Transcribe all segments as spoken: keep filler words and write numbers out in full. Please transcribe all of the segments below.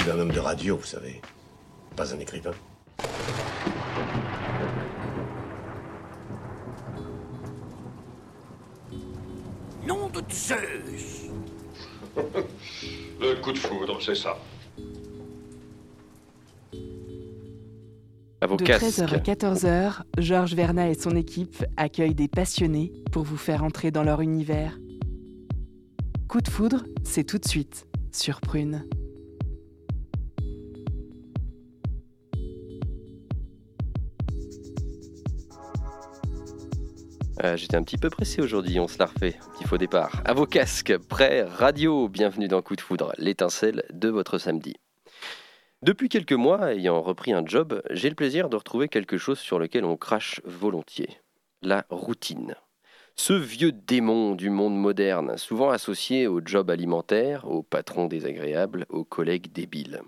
suis un homme de radio, vous savez. Pas un écrivain. Nom de Zeus! Le coup de foudre, c'est ça. À vos De casques. treize heures à quatorze heures, Georges Vernat et son équipe accueillent des passionnés pour vous faire entrer dans leur univers. Coup de foudre, c'est tout de suite sur Prune. Euh, J'étais un petit peu pressé aujourd'hui, on se la refait. Petit faux départ. À vos casques, prêts, radio, bienvenue dans Coup de foudre, l'étincelle de votre samedi. Depuis quelques mois, ayant repris un job, j'ai le plaisir de retrouver quelque chose sur lequel on crache volontiers. La routine. Ce vieux démon du monde moderne, souvent associé au job alimentaire, aux patrons désagréables, aux collègues débiles.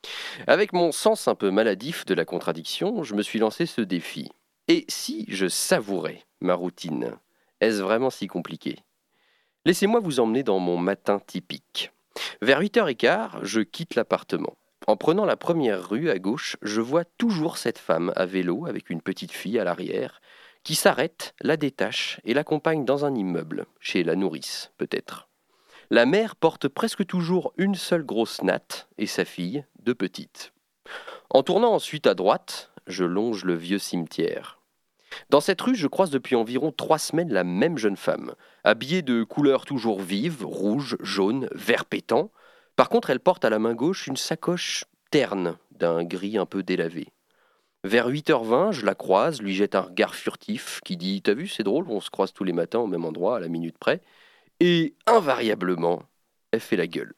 Avec mon sens un peu maladif de la contradiction, je me suis lancé ce défi. Et si je savourais ma routine, est-ce vraiment si compliqué ? Laissez-moi vous emmener dans mon matin typique. Vers huit heures quinze, je quitte l'appartement. En prenant la première rue à gauche, je vois toujours cette femme à vélo avec une petite fille à l'arrière qui s'arrête, la détache et l'accompagne dans un immeuble, chez la nourrice peut-être. La mère porte presque toujours une seule grosse natte et sa fille, deux petites. En tournant ensuite à droite, je longe le vieux cimetière. Dans cette rue, je croise depuis environ trois semaines la même jeune femme, habillée de couleurs toujours vives, rouge, jaune, vert pétant. Par contre, elle porte à la main gauche une sacoche terne d'un gris un peu délavé. Vers huit heures vingt, je la croise, lui jette un regard furtif qui dit « T'as vu, c'est drôle, on se croise tous les matins au même endroit, à la minute près. » Et invariablement, elle fait la gueule.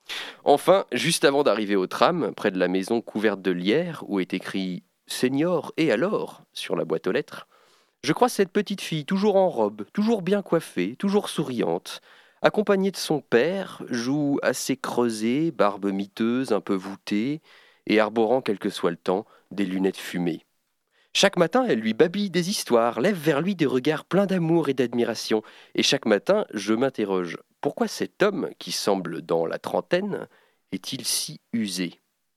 Enfin, juste avant d'arriver au tram, près de la maison couverte de lierre, où est écrit « Senior et alors ?» sur la boîte aux lettres, je croise cette petite fille, toujours en robe, toujours bien coiffée, toujours souriante, accompagnée de son père, joues assez creusées, barbe miteuse, un peu voûtée, et arborant, quel que soit le temps, des lunettes fumées. Chaque matin, elle lui babille des histoires, lève vers lui des regards pleins d'amour et d'admiration, et chaque matin, je m'interroge, pourquoi cet homme, qui semble dans la trentaine, est-il si usé ?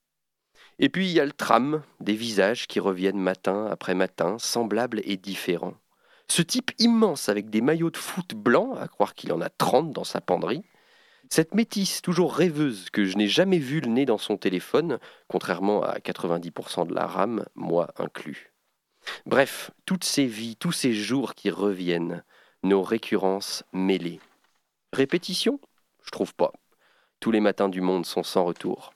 Et puis il y a le tram, des visages qui reviennent matin après matin, semblables et différents. Ce type immense avec des maillots de foot blancs, à croire qu'il en a trente dans sa penderie. Cette métisse toujours rêveuse que je n'ai jamais vu le nez dans son téléphone, contrairement à quatre-vingt-dix pour cent de la rame, moi inclus. Bref, toutes ces vies, tous ces jours qui reviennent, nos récurrences mêlées. Répétition ? Je trouve pas. Tous les matins du monde sont sans retour.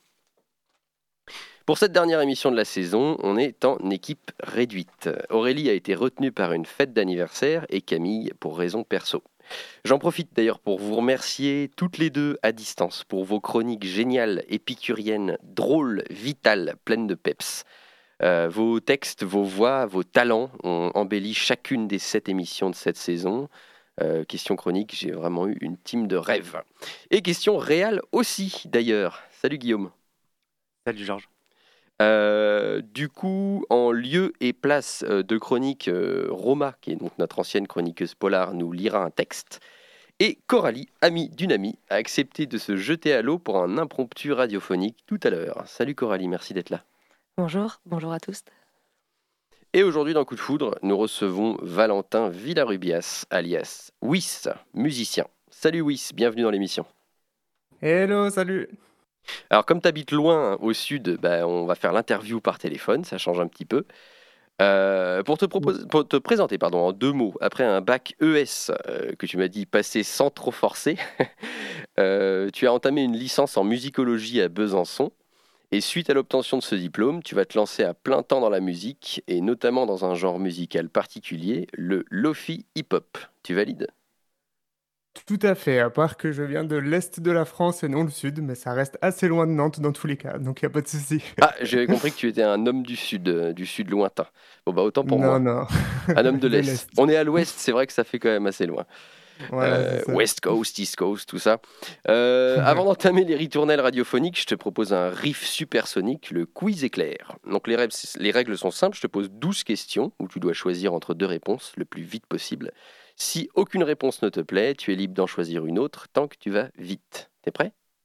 Pour cette dernière émission de la saison, on est en équipe réduite. Aurélie a été retenue par une fête d'anniversaire et Camille pour raison perso. J'en profite d'ailleurs pour vous remercier toutes les deux à distance pour vos chroniques géniales, épicuriennes, drôles, vitales, pleines de peps. Euh, vos textes, vos voix, vos talents ont embelli chacune des sept émissions de cette saison. Euh, question chronique, j'ai vraiment eu une team de rêve. Et question réelle aussi d'ailleurs. Salut Guillaume. Salut Georges. Euh, du coup, en lieu et place euh, de chronique, euh, Roma, qui est donc notre ancienne chroniqueuse polar, nous lira un texte. Et Coralie, amie d'une amie, a accepté de se jeter à l'eau pour un impromptu radiophonique tout à l'heure. Salut Coralie, merci d'être là. Bonjour, bonjour à tous. Et aujourd'hui, dans Coup de foudre, nous recevons Valentin Villarubias, alias Wiss, musicien. Salut Wiss, bienvenue dans l'émission. Hello, salut. Alors, comme tu habites loin, au sud, bah, on va faire l'interview par téléphone, ça change un petit peu. Euh, pour, te proposer, pour te présenter pardon, en deux mots, après un bac E S euh, que tu m'as dit passer sans trop forcer, euh, tu as entamé une licence en musicologie à Besançon. Et suite à l'obtention de ce diplôme, tu vas te lancer à plein temps dans la musique, et notamment dans un genre musical particulier, le Lofi hip-hop. Tu valides ? Tout à fait, à part que je viens de l'Est de la France et non le Sud, mais ça reste assez loin de Nantes dans tous les cas, donc il n'y a pas de souci. Ah, j'avais compris que tu étais un homme du Sud, euh, du Sud lointain. Bon bah autant pour non, moi. Non, Un homme de De l'Est. l'Est. On est à l'Ouest, c'est vrai que ça fait quand même assez loin. Voilà, Euh, c'est ça. West Coast, East Coast, tout ça. Euh, avant d'entamer les ritournelles radiophoniques, je te propose un riff supersonique, le quiz éclair. Donc les règles, les règles sont simples, je te pose douze questions où tu dois choisir entre deux réponses le plus vite possible. Si aucune réponse ne te plaît, tu es libre d'en choisir une autre tant que tu vas vite. T'es prêt ?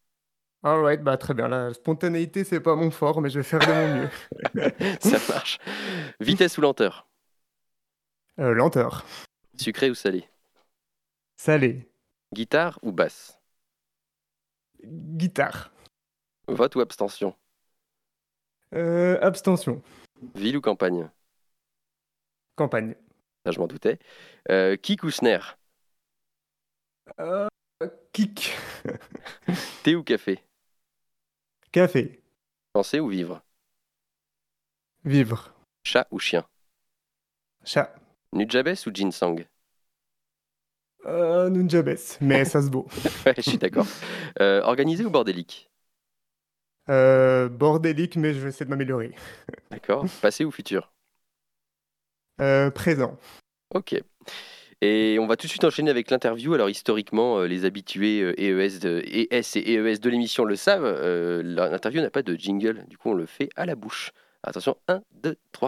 Alright, bah très bien. La spontanéité, c'est pas mon fort, mais je vais faire de mon mieux. Ça marche. Vitesse ou lenteur? Euh, lenteur. Sucré ou salé? Salé. Guitare ou basse? Guitare. Vote ou abstention? Euh, abstention. Ville ou campagne? Campagne. Ça, je m'en doutais. Euh, kick ou snare? Euh, kick. Thé ou café? Café. Penser ou vivre? Vivre. Chat ou chien? Chat. Nujabes ou ginseng? Euh, Nunjabes, mais ça se vaut. Ouais, je suis d'accord. Euh, organisé ou bordélique? Euh, bordélique, mais je vais essayer de m'améliorer. D'accord. Passé ou futur? Euh, présent. Ok. Et on va tout de suite enchaîner avec l'interview. Alors historiquement, euh, les habitués euh, E E S, de, E S et E E S de l'émission le savent, euh, l'interview n'a pas de jingle, du coup on le fait à la bouche. Attention, un, deux, trois.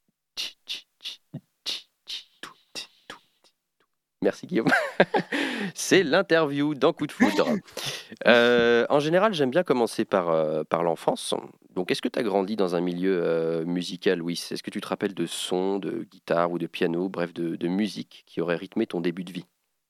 Merci Guillaume. C'est l'interview dans Coup de Foudre. Euh, en général, j'aime bien commencer par, euh, par l'enfance. Donc, est-ce que tu as grandi dans un milieu euh, musical, Louis? Est-ce que tu te rappelles de sons, de guitare ou de piano, bref, de, de musique qui aurait rythmé ton début de vie?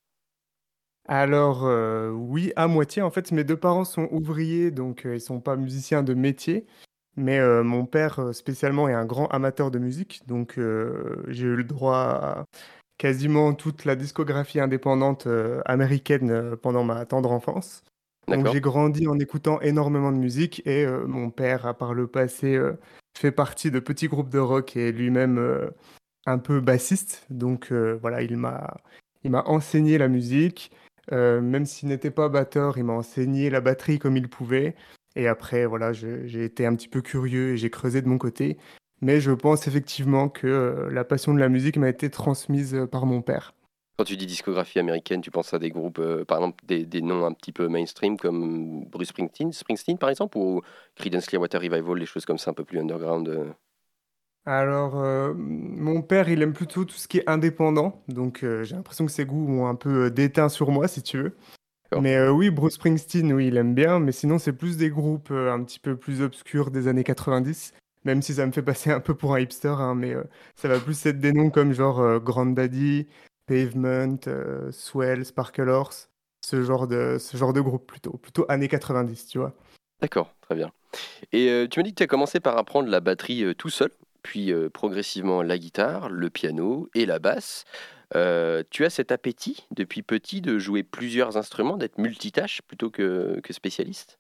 Alors, euh, oui, à moitié. En fait, mes deux parents sont ouvriers, donc euh, ils sont pas musiciens de métier. Mais euh, mon père, euh, spécialement, est un grand amateur de musique. Donc, euh, j'ai eu le droit à quasiment toute la discographie indépendante euh, américaine euh, pendant ma tendre enfance. Donc, D'accord. j'ai grandi en écoutant énormément de musique. Et euh, mon père a par le passé euh, fait partie de petits groupes de rock et lui-même euh, un peu bassiste. Donc, euh, voilà, il m'a, il m'a enseigné la musique. Euh, même s'il n'était pas batteur, il m'a enseigné la batterie comme il pouvait. Et après, voilà, je- j'ai été un petit peu curieux et j'ai creusé de mon côté. Mais je pense effectivement que euh, la passion de la musique m'a été transmise euh, par mon père. Quand tu dis discographie américaine, tu penses à des groupes, euh, par exemple, des, des noms un petit peu mainstream comme Bruce Springsteen, Springsteen par exemple, ou Creedence Clearwater Revival, des choses comme ça un peu plus underground. euh. Alors, euh, mon père, il aime plutôt tout ce qui est indépendant. Donc, euh, j'ai l'impression que ses goûts ont un peu euh, déteint sur moi, si tu veux. D'accord. Mais euh, oui, Bruce Springsteen, oui, il aime bien. Mais sinon, c'est plus des groupes euh, un petit peu plus obscurs des années quatre-vingt-dix. Même si ça me fait passer un peu pour un hipster, hein, mais euh, ça va plus être des noms comme genre euh, Grandaddy, Pavement, euh, Swell, Sparkle Horse, ce genre de, ce genre de groupe plutôt. Plutôt années quatre-vingt-dix, tu vois. D'accord, très bien. Et euh, tu m'as dit que tu as commencé par apprendre la batterie euh, tout seul, puis euh, progressivement la guitare, le piano et la basse. Euh, tu as cet appétit depuis petit de jouer plusieurs instruments, d'être multitâche plutôt que, que spécialiste?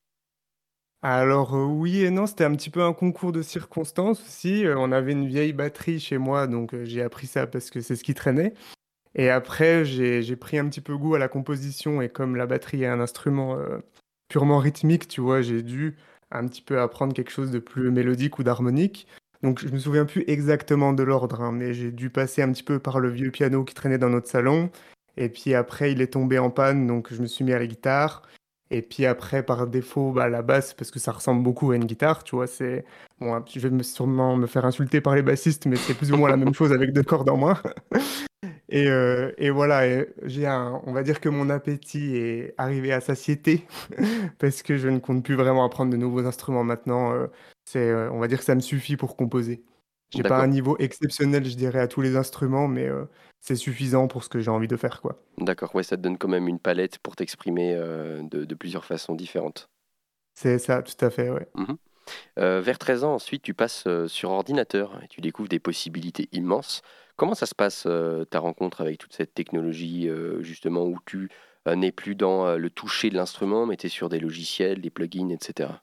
Alors euh, oui et non, c'était un petit peu un concours de circonstances aussi. Euh, on avait une vieille batterie chez moi, donc euh, j'ai appris ça parce que c'est ce qui traînait. Et après, j'ai j'ai pris un petit peu goût à la composition et comme la batterie est un instrument euh, purement rythmique, tu vois, j'ai dû un petit peu apprendre quelque chose de plus mélodique ou d'harmonique. Donc je me souviens plus exactement de l'ordre, hein, mais j'ai dû passer un petit peu par le vieux piano qui traînait dans notre salon. Et puis après, il est tombé en panne, donc je me suis mis à la guitare. Et puis après, par défaut, bah, la basse, parce que ça ressemble beaucoup à une guitare, tu vois, c'est... Bon, je vais me- sûrement me faire insulter par les bassistes, mais c'est plus ou moins la même chose avec deux cordes en moins. Et, euh, et voilà, et j'ai un, on va dire que mon appétit est arrivé à satiété parce que je ne compte plus vraiment apprendre de nouveaux instruments maintenant. euh, c'est, euh, on va dire que ça me suffit pour composer. J'ai pas un D'accord, niveau exceptionnel, je dirais, à tous les instruments, mais euh, c'est suffisant pour ce que j'ai envie de faire, quoi. d'accord, ouais, ça te donne quand même une palette pour t'exprimer euh, de, de plusieurs façons différentes. C'est ça, tout à fait, ouais. Mhm. Euh, vers treize ans, ensuite, tu passes euh, sur ordinateur et tu découvres des possibilités immenses. Comment ça se passe, euh, ta rencontre avec toute cette technologie, euh, justement, où tu euh, n'es plus dans euh, le toucher de l'instrument, mais tu es sur des logiciels, des plugins, et cetera.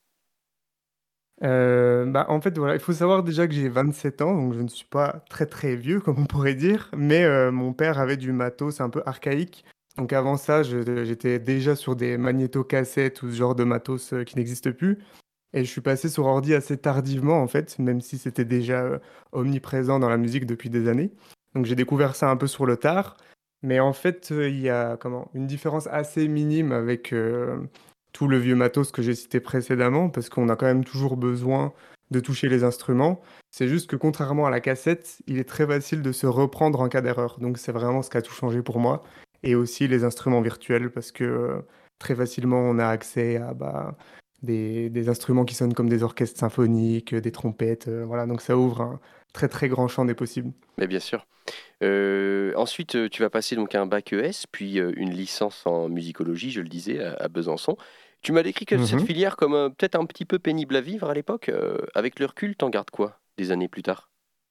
Euh, bah, en fait, voilà, il faut savoir déjà que j'ai vingt-sept ans, donc je ne suis pas très très vieux, comme on pourrait dire, mais euh, mon père avait du matos un peu archaïque. Donc avant ça, je- j'étais déjà sur des magnétocassettes ou ce genre de matos euh, qui n'existe plus. Et je suis passé sur ordi assez tardivement, en fait, même si c'était déjà euh, omniprésent dans la musique depuis des années. Donc j'ai découvert ça un peu sur le tard. Mais en fait, euh, il y a comment, une différence assez minime avec euh, tout le vieux matos que j'ai cité précédemment, parce qu'on a quand même toujours besoin de toucher les instruments. C'est juste que contrairement à la cassette, il est très facile de se reprendre en cas d'erreur. Donc c'est vraiment ce qui a tout changé pour moi. Et aussi les instruments virtuels, parce que euh, très facilement, on a accès à bah, des, des instruments qui sonnent comme des orchestres symphoniques, euh, des trompettes. Euh, voilà, donc ça ouvre un très très grand champ des possibles. Mais bien sûr. Euh, ensuite, euh, tu vas passer donc un bac E S, puis euh, une licence en musicologie, je le disais, à, à Besançon. Tu m'as décrit que cette Mhm. filière comme euh, peut-être un petit peu pénible à vivre à l'époque. Euh, avec le recul, t'en gardes quoi des années plus tard?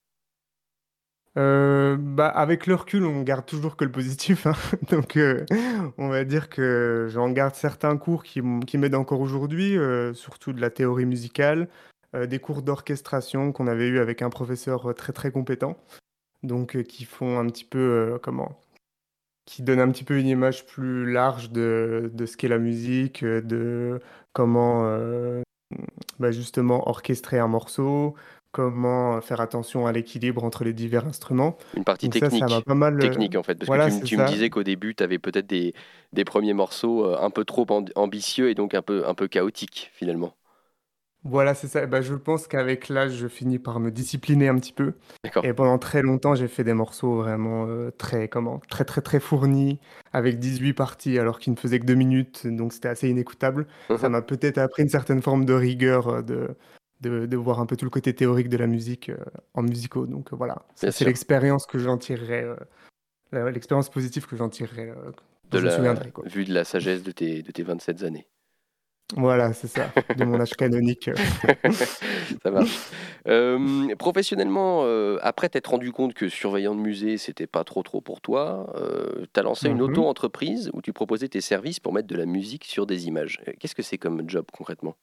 Euh, bah, avec le recul, on garde toujours que le positif, hein. Donc, euh, on va dire que j'en garde certains cours qui, m- qui m'aident encore aujourd'hui, euh, surtout de la théorie musicale, euh, des cours d'orchestration qu'on avait eu avec un professeur euh, très très compétent, donc euh, qui font un petit peu, euh, comment, qui donnent un petit peu une image plus large de, de ce qu'est la musique, euh, de comment euh, bah, justement orchestrer un morceau, comment faire attention à l'équilibre entre les divers instruments. Une partie Donc ça, ça m'a technique. pas mal... euh, Technique en fait, parce que Voilà, tu, m- c'est tu me ça. disais qu'au début, tu avais peut-être des, des premiers morceaux euh, un peu trop amb- ambitieux et donc un peu, un peu chaotiques finalement. Voilà, c'est ça. Bah, je pense qu'avec l'âge, je finis par me discipliner un petit peu. D'accord. Et pendant très longtemps, j'ai fait des morceaux vraiment euh, très, comment, très, très, très fournis, avec dix-huit parties, alors qu'ils ne faisaient que deux minutes, donc c'était assez inécoutable. Ça Mhm. m'a peut-être appris une certaine forme de rigueur, euh, de, de, de voir un peu tout le côté théorique de la musique euh, en musicaux. Donc euh, voilà, Bien ça c'est sûr. l'expérience que j'en tirerai, euh, la- l'expérience positive que j'en tirerai, euh, dont De je me la souviendrai, quoi. vue de la sagesse de tes, de tes vingt-sept années. Voilà, c'est ça, de mon âge canonique. euh. Ça marche. Euh, professionnellement, euh, après t'être rendu compte que surveillant de musée, c'était pas trop trop pour toi, euh, t'as lancé une Mhm. auto-entreprise où tu proposais tes services pour mettre de la musique sur des images. Euh, Qu'est-ce que c'est comme job concrètement?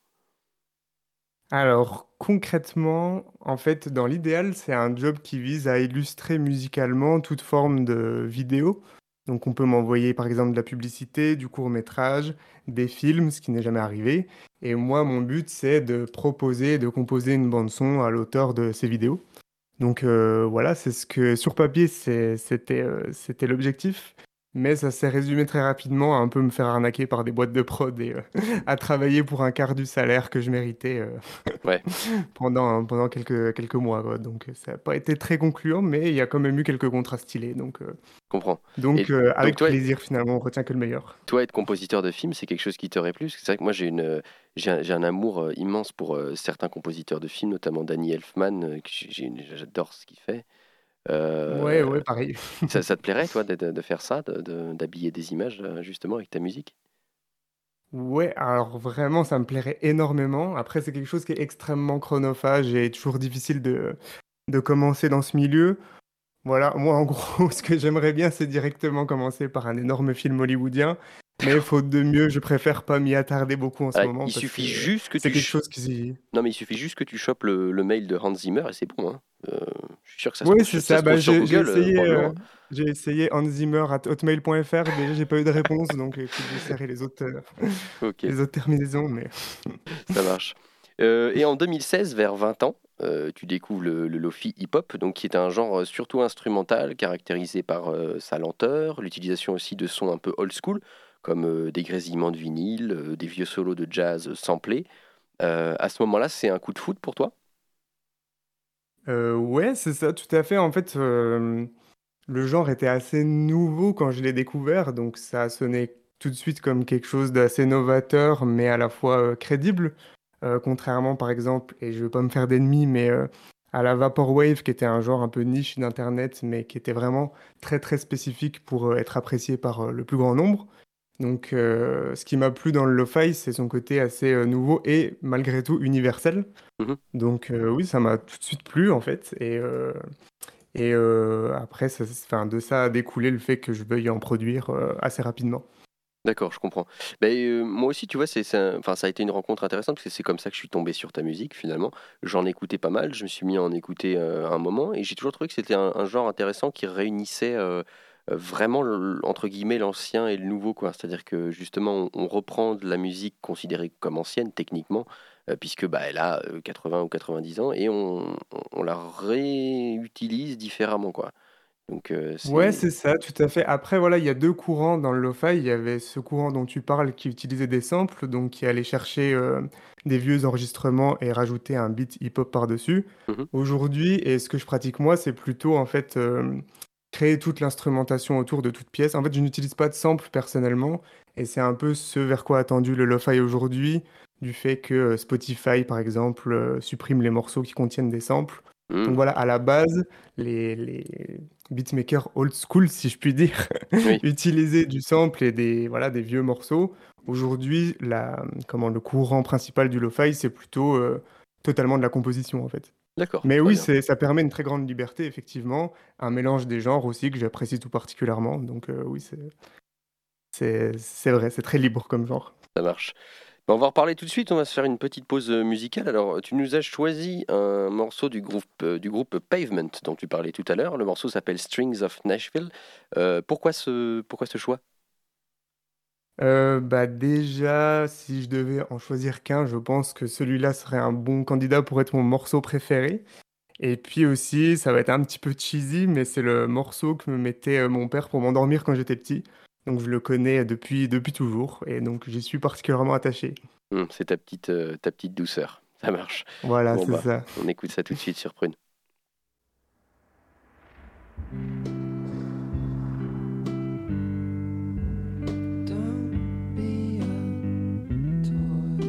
Alors, concrètement, en fait, dans l'idéal, c'est un job qui vise à illustrer musicalement toute forme de vidéo. Donc, on peut m'envoyer par exemple de la publicité, du court-métrage, des films, ce qui n'est jamais arrivé. Et moi, mon but, c'est de proposer, de composer une bande-son à l'auteur de ces vidéos. Donc euh, voilà, c'est ce que sur papier c'est- c'était euh, c'était l'objectif, mais ça s'est résumé très rapidement à un peu me faire arnaquer par des boîtes de prod et euh, à travailler pour un quart du salaire que je méritais euh, Ouais, pendant pendant quelques quelques mois, quoi. Donc euh, ça n'a pas été très concluant, mais il y a quand même eu quelques contrats stylés. Donc euh, je comprends. donc Et euh, donc avec toi, plaisir finalement, on retient que le meilleur. toi, être compositeur de films, c'est quelque chose qui t'aurait plu? Parce que c'est vrai que moi, j'ai une, j'ai un, j'ai un amour euh, immense pour euh, certains compositeurs de films, notamment Danny Elfman, euh, que j'ai- j'ai une- j'adore ce qu'il fait. Ouais, Euh, ouais, pareil. ça, ça te plairait, toi, de, de- de faire ça, de, de- d'habiller des images, euh, justement, avec ta musique? Ouais, alors vraiment, ça me plairait énormément. Après, c'est quelque chose qui est extrêmement chronophage et toujours difficile de de commencer dans ce milieu. Voilà, moi en gros, ce que j'aimerais bien, c'est directement commencer par un énorme film hollywoodien. Mais faute de mieux, je préfère pas m'y attarder beaucoup en ce Ah, moment il parce que suffit juste que c'est tu... quelque ch- chose qui... Non, mais il suffit juste que tu chopes le, le mail de Hans Zimmer et c'est bon, hein. Euh, je suis sûr que ça se Oui, trouve, c'est sur- ça ça. se trouve Bah, sur j'ai j'ai Google, euh, essayé, euh, probablement. j'ai essayé hanszimmer at hotmail point f r. Déjà, j'ai pas eu de réponse, donc écoute, j'essaierai les autres, euh, Ok, les autres terminaisons. Mais ça marche. Euh, et en deux mille seize, vers vingt ans, euh, tu découvres le, le lofi hip-hop, donc qui est un genre euh, surtout instrumental, caractérisé par euh, sa lenteur, l'utilisation aussi de sons un peu old school, comme euh, des grésillements de vinyle, euh, des vieux solos de jazz samplés. Euh, à ce moment-là, c'est un coup de foot pour toi? euh, ouais, c'est ça, tout à fait. En fait, euh, le genre était assez nouveau quand je l'ai découvert, donc ça a sonné tout de suite comme quelque chose d'assez novateur, mais à la fois euh, crédible. Euh, contrairement par exemple, et je veux pas me faire d'ennemis, mais euh, à la Vaporwave, qui était un genre un peu niche d'Internet, mais qui était vraiment très très spécifique pour euh, être apprécié par euh, le plus grand nombre. Donc euh, ce qui m'a plu dans le lo-fi, c'est son côté assez euh, nouveau et malgré tout universel. Mhm. Donc euh, oui, ça m'a tout de suite plu en fait. Et, euh, et euh, après, ça, enfin, de ça a découlé le fait que je veuille en produire euh, assez rapidement. D'accord, je comprends. Ben, euh, moi aussi, tu vois, c'est, c'est un- enfin, ça a été une rencontre intéressante parce que c'est comme ça que je suis tombé sur ta musique finalement. J'en écoutais pas mal, je me suis mis à en écouter euh, un moment et j'ai toujours trouvé que c'était un, un genre intéressant qui réunissait euh, euh, vraiment, le- entre guillemets, l'ancien et le nouveau, quoi. C'est-à-dire que justement, on, on reprend de la musique considérée comme ancienne techniquement, euh, puisque bah, elle a euh, quatre-vingts ou quatre-vingt-dix ans et on, on- on la réutilise différemment, quoi. Donc euh, Ouais, c'est... c'est ça, tout à fait. Après, voilà, il y a deux courants dans le lo-fi. Il y avait ce courant dont tu parles qui utilisait des samples, donc qui allait chercher euh, des vieux enregistrements et rajouter un beat hip-hop par-dessus. Mhm. Aujourd'hui, et ce que je pratique moi, c'est plutôt en fait euh, créer toute l'instrumentation autour de toute pièce. En fait, je n'utilise pas de sample personnellement, Et c'est un peu ce vers quoi a tendu le lo-fi aujourd'hui, du fait que euh, Spotify, par exemple, euh, supprime les morceaux qui contiennent des samples. Donc Hmm, voilà, à la base, les, les beatmakers old school, si je puis dire, oui, utilisaient du sample et des, voilà, des vieux morceaux. Aujourd'hui, la, comment, le courant principal du lo-fi, c'est plutôt euh, totalement de la composition, en fait. d'accord, Mais très oui, bien. c'est, ça permet une très grande liberté, effectivement, un mélange des genres aussi que j'apprécie tout particulièrement. Donc euh, oui, c'est, c'est, c'est vrai, c'est très libre comme genre. Ça marche. Ben, on va en reparler tout de suite, on va se faire une petite pause euh, musicale. Alors, tu nous as choisi un morceau du groupe, euh, du groupe Pavement dont tu parlais tout à l'heure. Le morceau s'appelle Strings of Nashville. Euh, pourquoi ce, pourquoi ce choix? Euh, bah déjà, si je devais en choisir qu'un, je pense que celui-là serait un bon candidat pour être mon morceau préféré. Et puis aussi, ça va être un petit peu cheesy, mais c'est le morceau que me mettait euh, mon père pour m'endormir quand j'étais petit. Donc je le connais depuis, depuis toujours, et donc j'y suis particulièrement attaché. Hmm, c'est ta petite, euh, ta petite douceur. Ça marche. Voilà, Bon, c'est bah, ça. on écoute ça tout de suite sur Prune. Don't be a toy.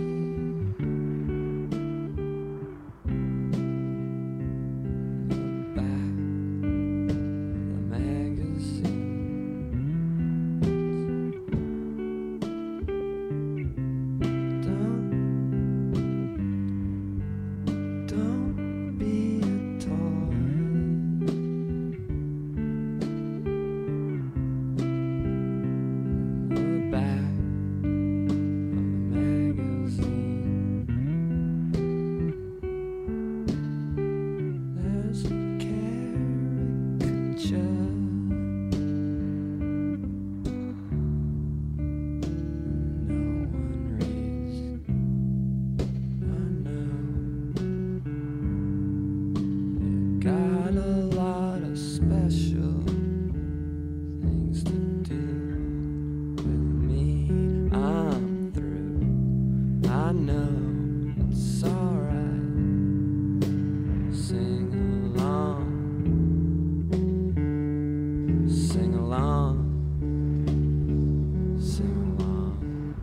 The back of the magazine. Don't, don't be a toy. The back of the magazine. There's a caricature. No one reads. I know you got a lot of special things to do with me. I'm through. I know it's alright. Sing along, sing along, sing along.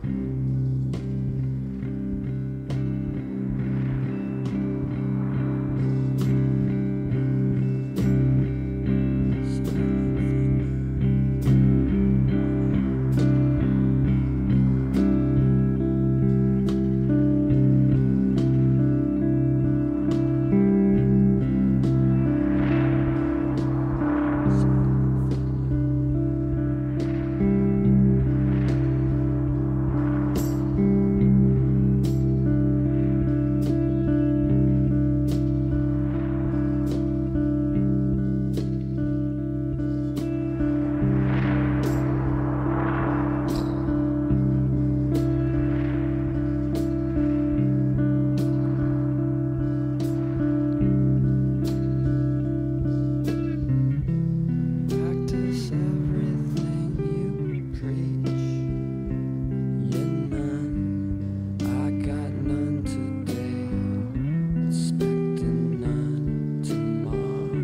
Practice everything you preach. You none, I got none today. Expecting none tomorrow.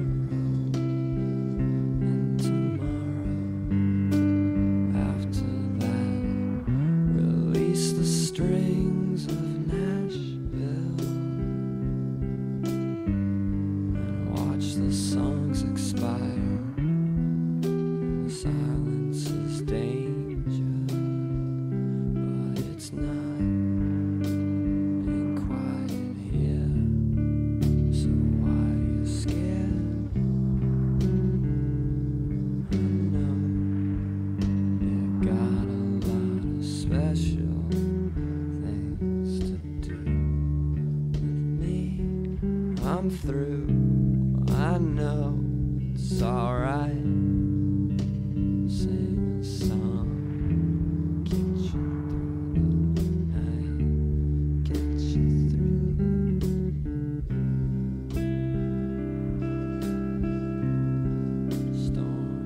And tomorrow, after that, release the strings of Nashville and watch the songs expire. Silence is danger, but it's not. Ain't quiet here, so why you scared? I know you got a lot of special things to do with me. I'm through. I know it's alright. Sing a song, get you through the night, get you through the storm.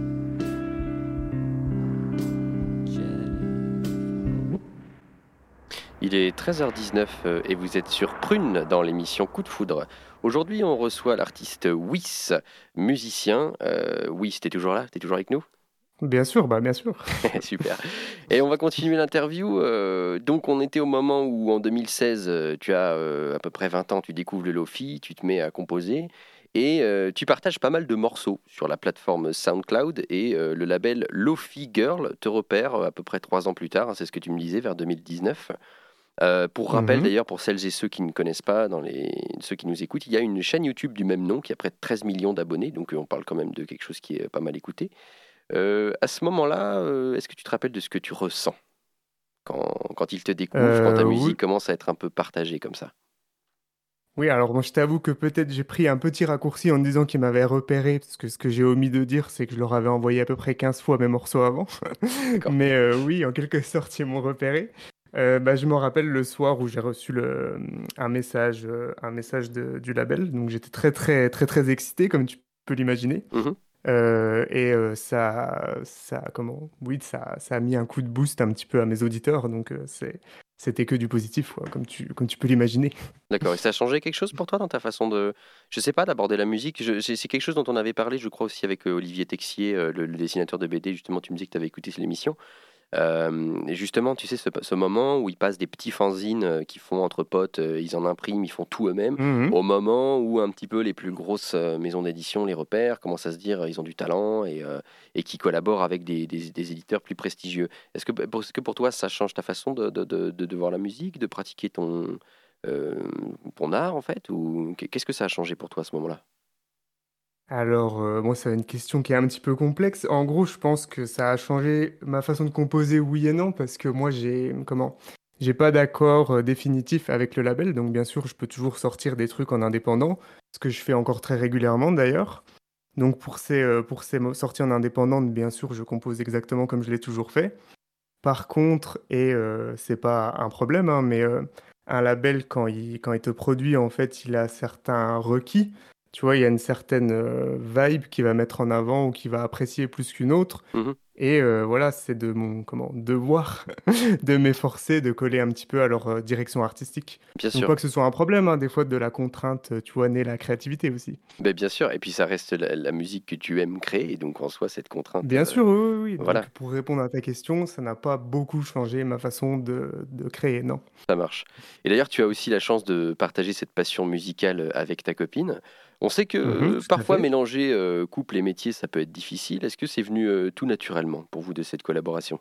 Jetty. Il est treize heures dix-neuf euh, et vous êtes sur Prune dans l'émission Coup de Foudre. Aujourd'hui, on reçoit l'artiste Wiss, musicien. Euh, Wiss, t'es toujours là? T'es toujours avec nous? Bien sûr, bah bien sûr. Super. Et on va continuer l'interview. Euh, donc, on était au moment où, en deux mille seize, euh, tu as euh, à peu près vingt ans, tu découvres le Lofi, tu te mets à composer et euh, tu partages pas mal de morceaux sur la plateforme SoundCloud et euh, le label Lofi Girl te repère euh, à peu près trois ans plus tard, hein, c'est ce que tu me disais, vers deux mille dix-neuf. Euh, pour rappel, Mhm. d'ailleurs, pour celles et ceux qui ne connaissent pas, dans les... ceux qui nous écoutent, il y a une chaîne YouTube du même nom qui a près de treize millions d'abonnés, donc euh, on parle quand même de quelque chose qui est pas mal écouté. Euh, à ce moment-là, euh, est-ce que tu te rappelles de ce que tu ressens quand, quand ils te découvrent, quand ta Euh, oui. musique commence à être un peu partagée comme ça? Oui, alors moi je t'avoue que peut-être j'ai pris un petit raccourci en disant qu'ils m'avaient repéré, parce que ce que j'ai omis de dire, c'est que je leur avais envoyé à peu près quinze fois mes morceaux avant. D'accord. Mais euh, oui, en quelque sorte, ils m'ont repéré. Euh, bah, je m'en rappelle le soir où j'ai reçu le, un message, euh, un message de- du label. Donc j'étais très très très très excité, comme tu peux l'imaginer. Mhm. Euh, et euh, ça, ça, comment, oui, ça, ça a mis un coup de boost un petit peu à mes auditeurs. Donc euh, c'est, c'était que du positif, quoi, comme tu, comme tu peux l'imaginer. D'accord. Et ça a changé quelque chose pour toi dans ta façon de, je sais pas, d'aborder la musique? Je- C'est c'est quelque chose dont on avait parlé, je crois, aussi avec euh, Olivier Texier, euh, le, le dessinateur de B D. Justement, tu me dis que tu avais écouté l'émission. Euh, et justement, tu sais, ce, ce moment où ils passent des petits fanzines euh, qu'ils font entre potes, euh, ils en impriment, ils font tout eux-mêmes, Mhm. au moment où un petit peu les plus grosses euh, maisons d'édition les repèrent, commencent à se dire euh, ils ont du talent et, euh, et qui collaborent avec des, des- des éditeurs plus prestigieux. Est-ce que, pour- est-ce que pour toi, ça change ta façon de, de, de- de- de voir la musique, de pratiquer ton, euh, ton art, en fait, ou qu'est-ce que ça a changé pour toi à ce moment-là? Alors, euh, moi, c'est une question qui est un petit peu complexe. En gros, je pense que ça a changé ma façon de composer, oui et non, parce que moi, j'ai, comment, j'ai pas d'accord euh, définitif avec le label, donc bien sûr, je peux toujours sortir des trucs en indépendant, ce que je fais encore très régulièrement d'ailleurs. Donc, pour ces, euh, pour ces mo- sorties en indépendante, bien sûr, je compose exactement comme je l'ai toujours fait. Par contre, et euh, c'est pas un problème, hein, mais euh, un label, quand il, quand il te produit, en fait, il a certains requis. Tu vois, il y a une certaine euh, vibe qu'il va mettre en avant ou qu'il va apprécier plus qu'une autre. Mhm. Et euh, voilà, c'est de mon comment, devoir de m'efforcer de coller un petit peu à leur euh, direction artistique. Bien Donc sûr. pas que ce soit un problème, hein, des fois de la contrainte, euh, tu vois, naît la créativité aussi. Ben, bien sûr, et puis ça reste la, la musique que tu aimes créer, et donc en soi, cette contrainte, Bien euh, sûr, oui, oui, oui. voilà. Donc pour répondre à ta question, ça n'a pas beaucoup changé ma façon de, de créer, non. Ça marche. Et d'ailleurs, tu as aussi la chance de partager cette passion musicale euh, avec ta copine. On sait que Mhm, euh, tout à parfois fait. mélanger euh, couple et métier, ça peut être difficile. Est-ce que c'est venu euh, tout naturellement pour vous de cette collaboration?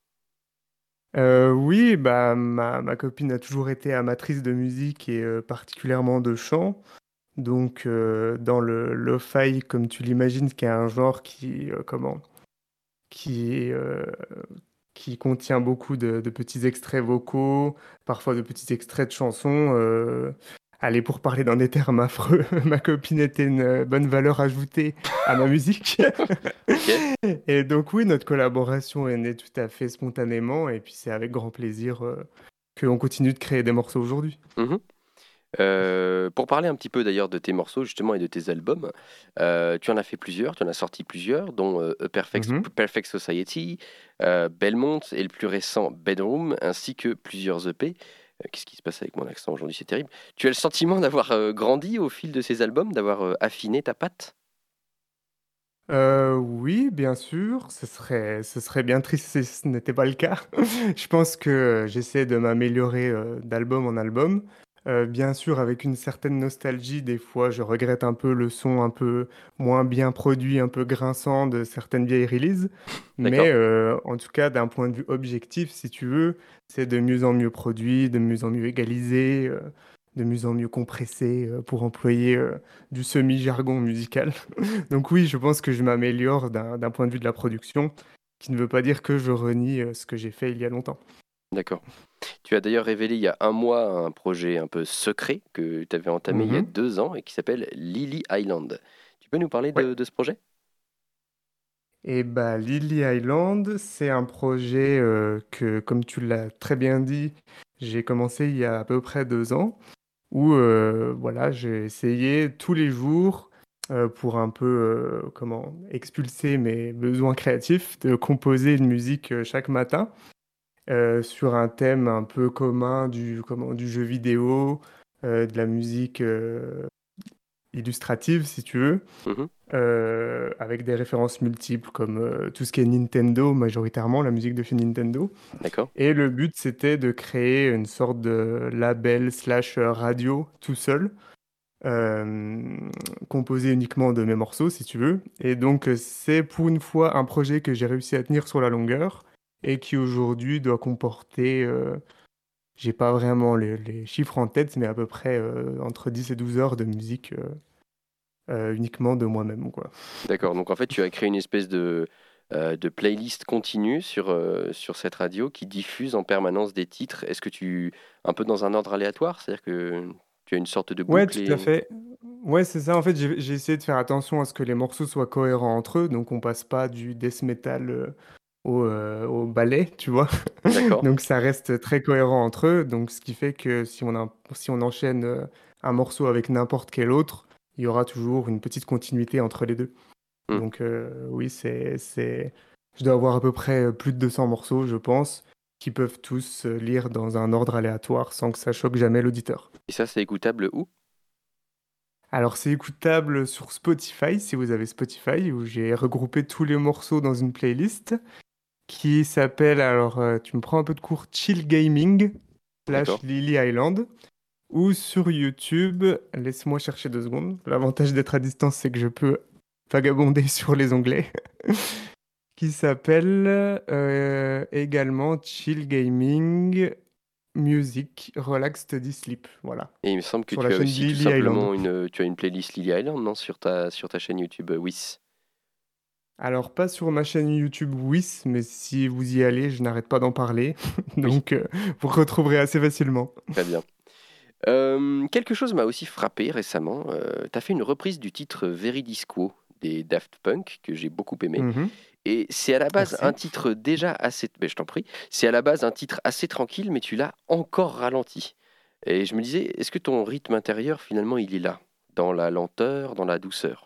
Euh, oui, bah, ma, ma copine a toujours été amatrice de musique et euh, particulièrement de chant. Donc, euh, dans le lo-fi, comme tu l'imagines, qui est un genre qui, euh, comment, qui, euh, qui contient beaucoup de, de petits extraits vocaux, parfois de petits extraits de chansons. Euh, allez, pour parler dans des termes affreux, ma copine était une euh, bonne valeur ajoutée à ma musique. Ok. Et donc oui, notre collaboration est née tout à fait spontanément, et puis c'est avec grand plaisir euh, qu'on continue de créer des morceaux aujourd'hui. Mhm. Euh, pour parler un petit peu d'ailleurs de tes morceaux justement et de tes albums, euh, tu en as fait plusieurs, tu en as sorti plusieurs, dont euh, A Perfect, Mhm. Perfect Society, euh, Belmont et le plus récent Bedroom, ainsi que plusieurs E P. Euh, Qu'est-ce qui se passe avec mon accent aujourd'hui? C'est terrible. Tu as le sentiment d'avoir euh, grandi au fil de ces albums, d'avoir euh, affiné ta patte? Euh, oui, bien sûr, ce serait, ce serait bien triste si ce n'était pas le cas. Je pense que euh, j'essaie de m'améliorer euh, d'album en album. Euh, bien sûr, avec une certaine nostalgie, des fois, je regrette un peu le son un peu moins bien produit, un peu grinçant de certaines vieilles releases. Mais D'accord? euh, en tout cas, d'un point de vue objectif, si tu veux, c'est de mieux en mieux produit, de mieux en mieux égalisé, euh, de mieux en mieux compressé, euh, pour employer euh, du semi-jargon musical. Donc oui, je pense que je m'améliore d'un d'un point de vue de la production, qui ne veut pas dire que je renie euh, ce que j'ai fait il y a longtemps. D'accord. Tu as d'ailleurs révélé il y a un mois un projet un peu secret que tu avais entamé il y a Mhm. deux ans et qui s'appelle Lily Island. Tu peux nous parler Ouais. de, de ce projet? Et bah Lily Island, c'est un projet euh, que, comme tu l'as très bien dit, j'ai commencé il y a à peu près deux ans, où euh, voilà, j'ai essayé tous les jours euh, pour un peu euh, comment expulser mes besoins créatifs, de composer une musique euh, chaque matin euh, sur un thème un peu commun du, comment, du jeu vidéo, euh, de la musique, euh, illustrative, si tu veux, Mhm. euh, avec des références multiples comme euh, tout ce qui est Nintendo, majoritairement, la musique de chez Nintendo. D'accord. Et le but, c'était de créer une sorte de label slash euh, radio tout seul, euh, composé uniquement de mes morceaux, si tu veux. Et donc, euh, c'est pour une fois un projet que j'ai réussi à tenir sur la longueur et qui aujourd'hui doit comporter, euh, j'ai pas vraiment les, les chiffres en tête, mais à peu près euh, entre dix et douze heures de musique euh, euh, uniquement de moi-même, quoi. D'accord. Donc en fait, tu as créé une espèce de, euh, de playlist continue sur, euh, sur cette radio qui diffuse en permanence des titres. Est-ce que tu... un peu dans un ordre aléatoire? C'est-à-dire que tu as une sorte de Ouais, boucle tout à et... fait. Ouais, c'est ça. En fait, j'ai j'ai essayé de faire attention à ce que les morceaux soient cohérents entre eux, donc on passe pas du death metal euh, au, euh, au ballet, tu vois. D'accord. Donc ça reste très cohérent entre eux. Donc ce qui fait que si on, a- si on enchaîne euh, un morceau avec n'importe quel autre, il y aura toujours une petite continuité entre les deux. Hmm. Donc euh, oui, c'est, c'est... je dois avoir à peu près euh, plus de deux cents morceaux, je pense, qui peuvent tous euh, lire dans un ordre aléatoire sans que ça choque jamais l'auditeur. Et ça, c'est écoutable où? Alors c'est écoutable sur Spotify, si vous avez Spotify, où j'ai regroupé tous les morceaux dans une playlist qui s'appelle, alors euh, tu me prends un peu de cours, Chill Gaming D'accord. slash Lily Island, ou sur YouTube, laisse-moi chercher deux secondes. L'avantage d'être à distance, c'est que je peux vagabonder sur les onglets, qui s'appelle euh, également Chill Gaming Music Relax Study Sleep, voilà, Et il me semble que sur tu la as chaîne aussi tout Lily Island. simplement une, tu as une playlist Lily Island, non, sur ta, sur ta chaîne YouTube euh, Wiss. Alors, pas sur ma chaîne YouTube Wiss, mais si vous y allez, je n'arrête pas d'en parler. Oui, Donc, euh, vous retrouverez assez facilement. très bien. Euh, quelque chose m'a aussi frappé récemment. Euh, tu as fait une reprise du titre Veridisco des Daft Punk que j'ai beaucoup aimé. Mhm. Et c'est à la base Merci. un titre déjà assez... Ben, je t'en prie. C'est à la base un titre assez tranquille, mais tu l'as encore ralenti. Et je me disais, est-ce que ton rythme intérieur, finalement, il est là? Dans la lenteur, dans la douceur?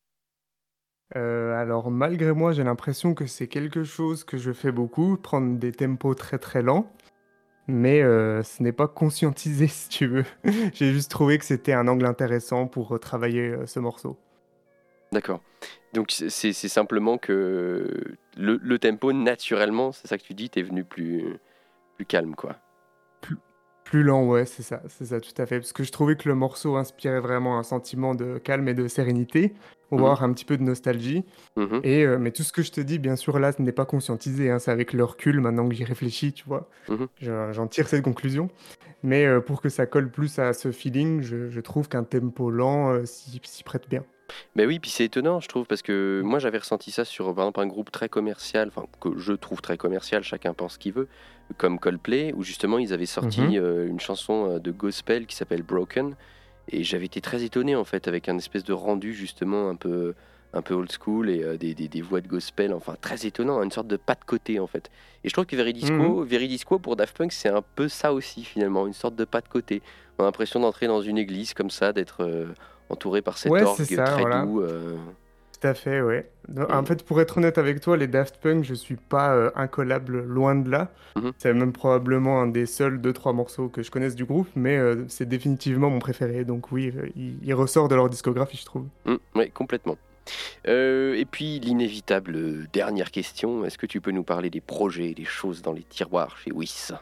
Euh, alors, malgré moi, j'ai l'impression que c'est quelque chose que je fais beaucoup, prendre des tempos très très lents. Mais euh, ce n'est pas conscientisé, si tu veux. J'ai juste trouvé que c'était un angle intéressant pour euh, travailler euh, ce morceau. D'accord. Donc c'est c'est- c'est simplement que le, le tempo, naturellement, c'est ça que tu dis, t'es venu plus, plus calme, quoi. Plus, plus lent, ouais, c'est ça, c'est ça, tout à fait. Parce que je trouvais que le morceau inspirait vraiment un sentiment de calme et de sérénité, Mhm, voire un petit peu de nostalgie. mhm, Et, euh, mais tout ce que je te dis, bien sûr, là, ce n'est pas conscientisé, hein, c'est avec le recul, maintenant que j'y réfléchis, tu vois. mhm. Je- J'en tire cette conclusion. Mais euh, pour que ça colle plus à ce feeling, je, je trouve qu'un tempo lent euh, s'y s'y prête bien. Ben oui, puis c'est étonnant, je trouve, parce que moi j'avais ressenti ça sur par exemple un groupe très commercial, enfin que je trouve très commercial, chacun pense ce qu'il veut, comme Coldplay, où justement ils avaient sorti Mhm. euh, une chanson euh, de gospel qui s'appelle Broken, et j'avais été très étonné en fait, avec un espèce de rendu justement un peu, un peu old school et euh, des, des- des voix de gospel, enfin très étonnant, une sorte de pas de côté en fait. Et je trouve que Mhm. Veridisco, Veridisco pour Daft Punk, c'est un peu ça aussi finalement, une sorte de pas de côté. On a l'impression d'entrer dans une église comme ça, d'être euh, entouré par cet Ouais, orgue c'est ça, très voilà. doux. euh, Tout à fait, ouais. Non, En et- fait, pour être honnête avec toi, les Daft Punk, je suis pas euh, incollable, loin de là. Mhm. C'est même probablement un des seuls deux trois morceaux que je connaisse du groupe, mais euh, c'est définitivement mon préféré. Donc oui, euh, il, il ressort de leur discographie, je trouve. Mm, oui, complètement. Euh, et puis l'inévitable euh, dernière question, est-ce que tu peux nous parler des projets, des choses dans les tiroirs chez Wiss?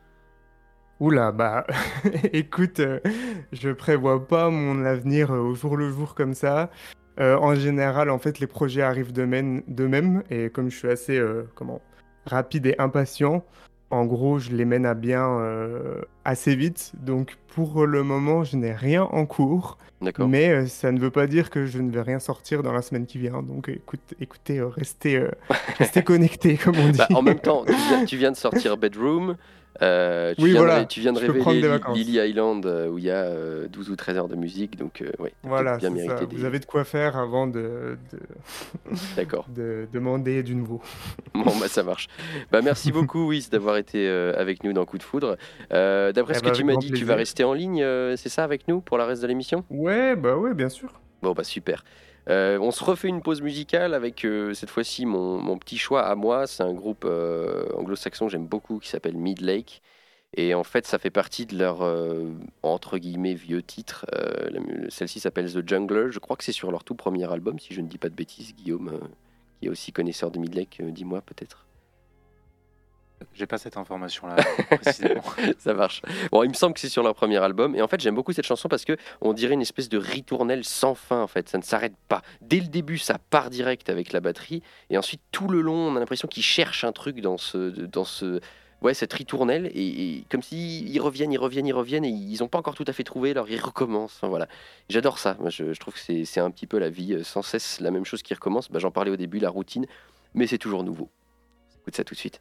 Oula, bah écoute, euh, je prévois pas mon avenir euh, au jour le jour comme ça. Euh, en général, en fait, les projets arrivent d'eux-mêmes, d'eux-mêmes, et comme je suis assez, euh, comment, rapide et impatient, en gros, je les mène à bien euh, assez vite. Donc, pour le moment, je n'ai rien en cours, D'accord. mais euh, ça ne veut pas dire que je ne vais rien sortir dans la semaine qui vient. Donc, écoute, écoutez, euh, restez, euh, restez connectés, comme on dit. Bah, en même temps, tu viens, tu viens de sortir Bedroom, euh, tu, Oui, viens de, voilà, tu viens de je peux prendre révéler des Li- vacances. Lily Island euh, où il y a euh, douze ou treize heures de musique, donc euh, ouais, t'as peut-être Voilà, bien c'est mérité ça. des... Vous avez de quoi faire avant de, de, D'accord. de demander du nouveau. Bon, bah ça marche. Bah merci beaucoup, Wiss, d'avoir été euh, avec nous dans Coup de Foudre. Euh, D'après Eh ce que ben, tu avec m'as grand dit, tu vas plaisir. rester en ligne, euh, c'est ça, avec nous pour la reste de l'émission? Ouais, bah ouais, bien sûr. Bon, bah super. Euh, on se refait une pause musicale avec euh, cette fois-ci mon, mon petit choix à moi. C'est un groupe euh, anglo-saxon que j'aime beaucoup qui s'appelle Midlake. Et en fait, ça fait partie de leur, euh, entre guillemets, vieux titre. Euh, la- celle-ci s'appelle The Jungler. Je crois que c'est sur leur tout premier album, si je ne dis pas de bêtises. Guillaume, euh, qui est aussi connaisseur de Midlake, euh, dis-moi peut-être. J'ai pas cette information-là précisément. Ça marche. Bon, il me semble que c'est sur leur premier album. Et en fait, j'aime beaucoup cette chanson parce que on dirait une espèce de ritournelle sans fin. En fait, ça ne s'arrête pas. Dès le début, ça part direct avec la batterie, et ensuite tout le long, on a l'impression qu'ils cherchent un truc dans ce, dans ce, ouais, cette ritournelle, et, et comme s'ils ils reviennent, ils reviennent, ils reviennent, et ils n'ont pas encore tout à fait trouvé, alors ils recommencent. Enfin, voilà. J'adore ça. Moi, je, je trouve que c'est, c'est un petit peu la vie, euh, sans cesse la même chose qui recommence. Bah, j'en parlais au début, la routine, mais c'est toujours nouveau. Écoute ça tout de suite.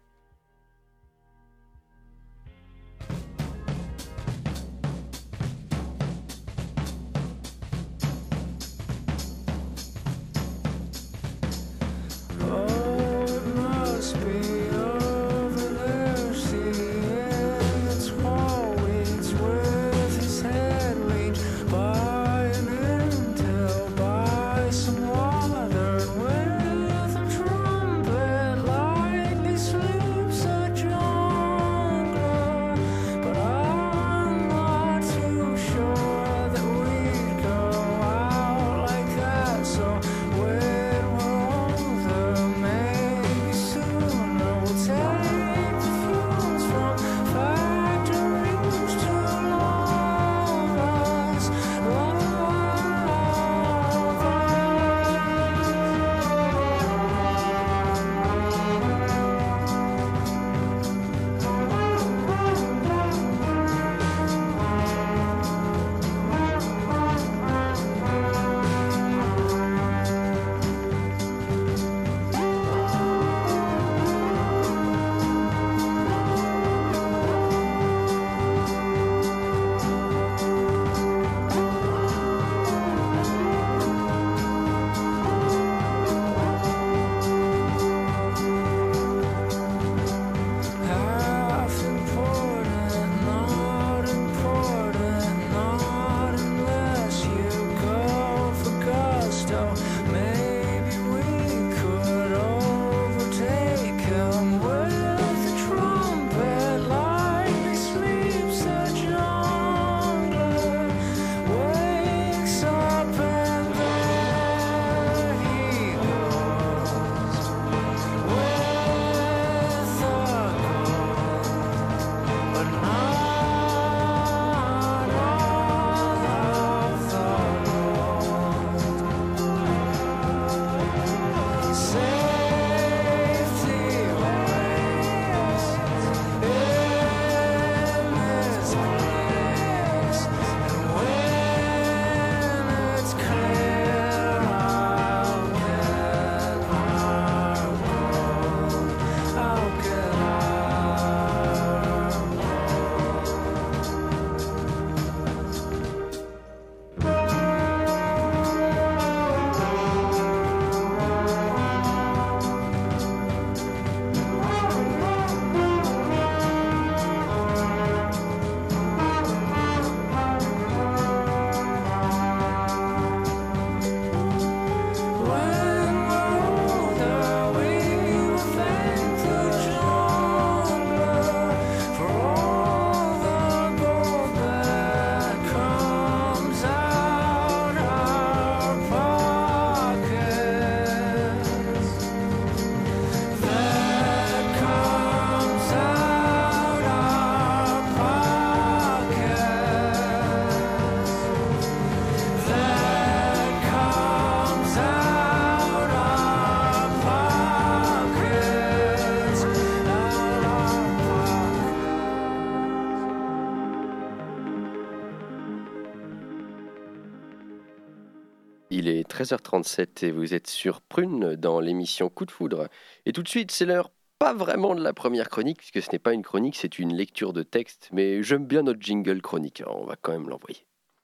Il est treize heures trente-sept et vous êtes sur Prune dans l'émission Coup de Foudre. Et tout de suite, c'est l'heure pas vraiment de la première chronique, puisque ce n'est pas une chronique, c'est une lecture de texte. Mais j'aime bien notre jingle chronique, alors on va quand même l'envoyer.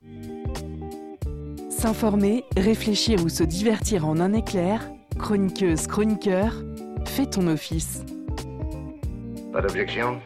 S'informer, réfléchir ou se divertir en un éclair, chroniqueuse, chroniqueur, fais ton office. Pas d'objection?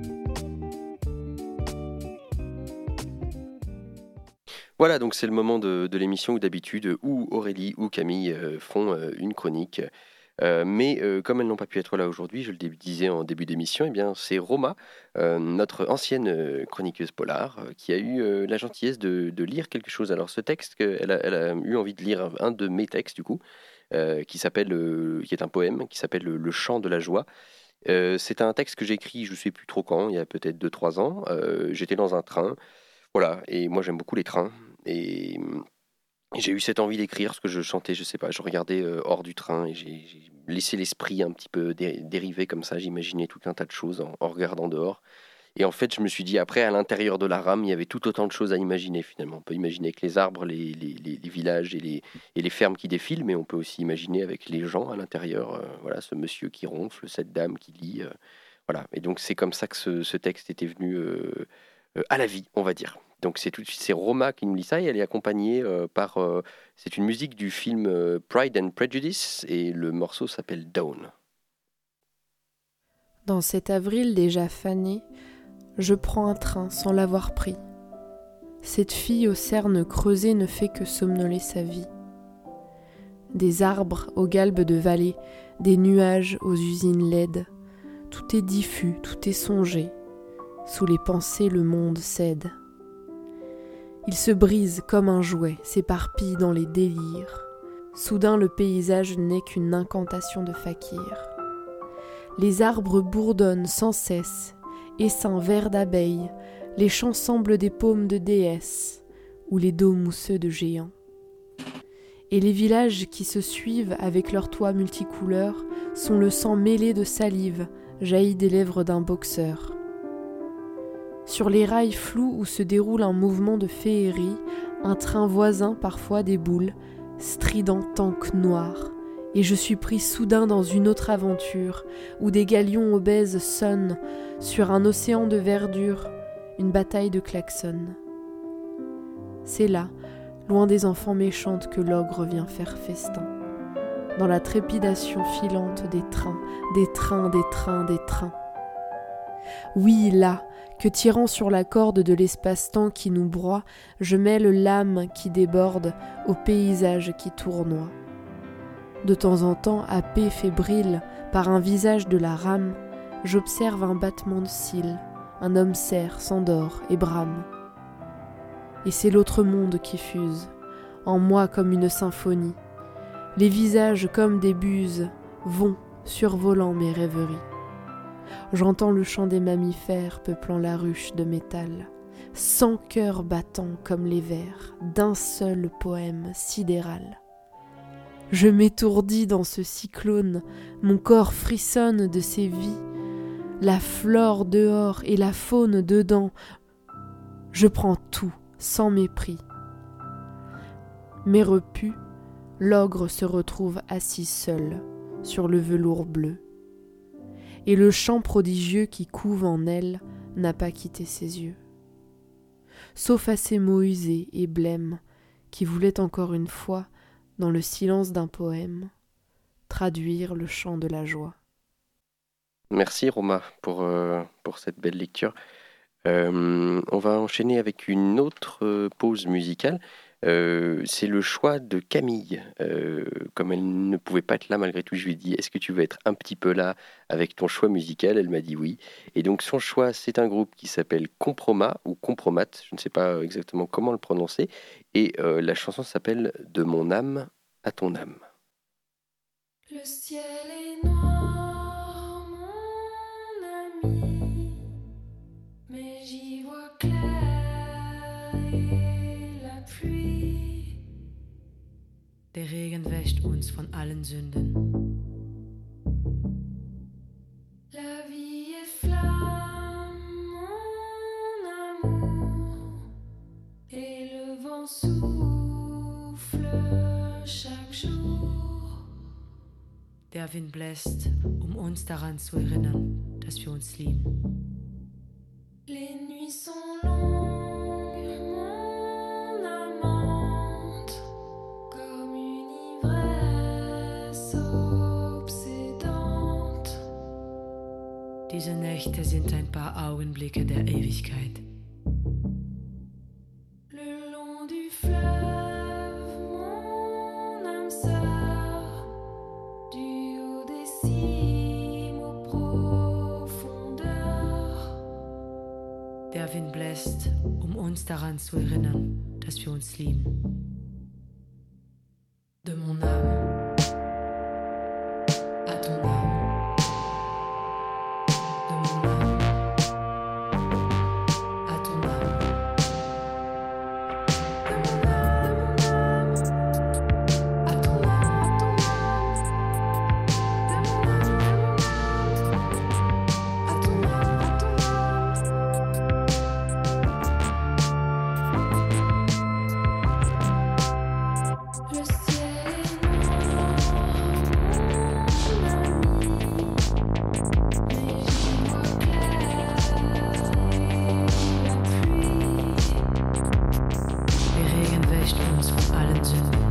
Voilà, donc c'est le moment de, de l'émission où d'habitude, ou Aurélie ou Camille euh, font euh, une chronique. Euh, mais euh, comme elles n'ont pas pu être là aujourd'hui, je le dé- disais en début d'émission, eh bien, c'est Roma, euh, notre ancienne euh, chroniqueuse polar, euh, qui a eu euh, la gentillesse de, de lire quelque chose. Alors ce texte, que- elle, a, elle a eu envie de lire un de mes textes du coup, euh, qui s'appelle, euh, qui est un poème, qui s'appelle Le, Le chant de la joie. Euh, c'est un texte que j'ai écrit, je ne sais plus trop quand, il y a peut-être deux trois ans. Euh, j'étais dans un train, voilà, et moi j'aime beaucoup les trains. Et hum, j'ai eu cette envie d'écrire parce que je chantais, je sais pas, je regardais euh, hors du train et j'ai j'ai laissé l'esprit un petit peu dé- dériver comme ça. J'imaginais tout un tas de choses en, en regardant dehors. Et en fait, je me suis dit, après, à l'intérieur de la rame, il y avait tout autant de choses à imaginer finalement. On peut imaginer avec les arbres, les, les- les- les villages et les, et les fermes qui défilent, mais on peut aussi imaginer avec les gens à l'intérieur, euh, voilà, ce monsieur qui ronfle, cette dame qui lit. euh, voilà. Et donc, c'est comme ça que ce, ce texte était venu euh, euh, à la vie, on va dire. Donc, c'est tout de suite, c'est Roma qui nous lit ça et elle est accompagnée euh, par. euh, c'est une musique du film euh, Pride and Prejudice et le morceau s'appelle Dawn. Dans cet avril déjà fané, je prends un train sans l'avoir pris. Cette fille aux cernes creusées ne fait que somnoler sa vie. Des arbres aux galbes de vallée, des nuages aux usines laides. Tout est diffus, tout est songé. Sous les pensées, le monde cède. Il se brise comme un jouet, s'éparpille dans les délires. Soudain, le paysage n'est qu'une incantation de fakir. Les arbres bourdonnent sans cesse, essaims verts d'abeilles, les champs semblent des paumes de déesses, ou les dos mousseux de géants. Et les villages qui se suivent avec leurs toits multicouleurs sont le sang mêlé de salive, jailli des lèvres d'un boxeur. Sur les rails flous où se déroule un mouvement de féerie, un train voisin parfois déboule, strident tank noir, et je suis pris soudain dans une autre aventure, où des galions obèses sonnent, sur un océan de verdure, une bataille de klaxons. C'est là, loin des enfants méchantes, que l'ogre vient faire festin. Dans la trépidation filante des trains, des trains, des trains, des trains. Oui, là, que tirant sur la corde de l'espace-temps qui nous broie, je mêle l'âme qui déborde au paysage qui tournoie. De temps en temps, happé, fébrile, par un visage de la rame, j'observe un battement de cils, un homme serre, s'endort et brame. Et c'est l'autre monde qui fuse, en moi comme une symphonie. Les visages comme des buses vont, survolant mes rêveries. J'entends le chant des mammifères peuplant la ruche de métal, cent cœurs battant comme les vers d'un seul poème sidéral. Je m'étourdis dans ce cyclone, mon corps frissonne de ces vies, la flore dehors et la faune dedans. Je prends tout sans mépris. Mais repu, l'ogre se retrouve assis seul sur le velours bleu. Et le chant prodigieux qui couve en elle n'a pas quitté ses yeux. Sauf à ces mots usés et blêmes qui voulaient encore une fois, dans le silence d'un poème, traduire le chant de la joie. Merci Roma pour, euh, pour cette belle lecture. Euh, on va enchaîner avec une autre euh, pause musicale. Euh, c'est le choix de Camille. Euh, comme elle ne pouvait pas être là malgré tout, je lui ai dit, est-ce que tu veux être un petit peu là avec ton choix musical? Elle m'a dit oui. Et donc son choix, c'est un groupe qui s'appelle Compromat ou Compromat, je ne sais pas exactement comment le prononcer. Et euh, la chanson s'appelle De mon âme à ton âme. Le ciel est noir, mon ami, mais j'y vois clair et la pluie. Der Regen wäscht uns von allen Sünden. La vie est flamme, mon amour, et le vent souffle chaque jour. Der Wind bläst, um uns daran zu erinnern, dass wir uns lieben. Les nuits sont longues, mon amante, comme une ivresse obsédante. Diese Nächte sind ein paar Augenblicke der Ewigkeit. Le long du fleuve, mon âme sœur, du haut Der Wind bläst, um uns daran zu erinnern, dass wir uns lieben. De mon âme à ton âme. De mon âme à ton âme. De mon âme à ton âme. De mon âme à ton âme. Le ciel est noir, mon ami, mais j'y vois clair et la pluie. Der Regen wäscht uns von allen Sünden.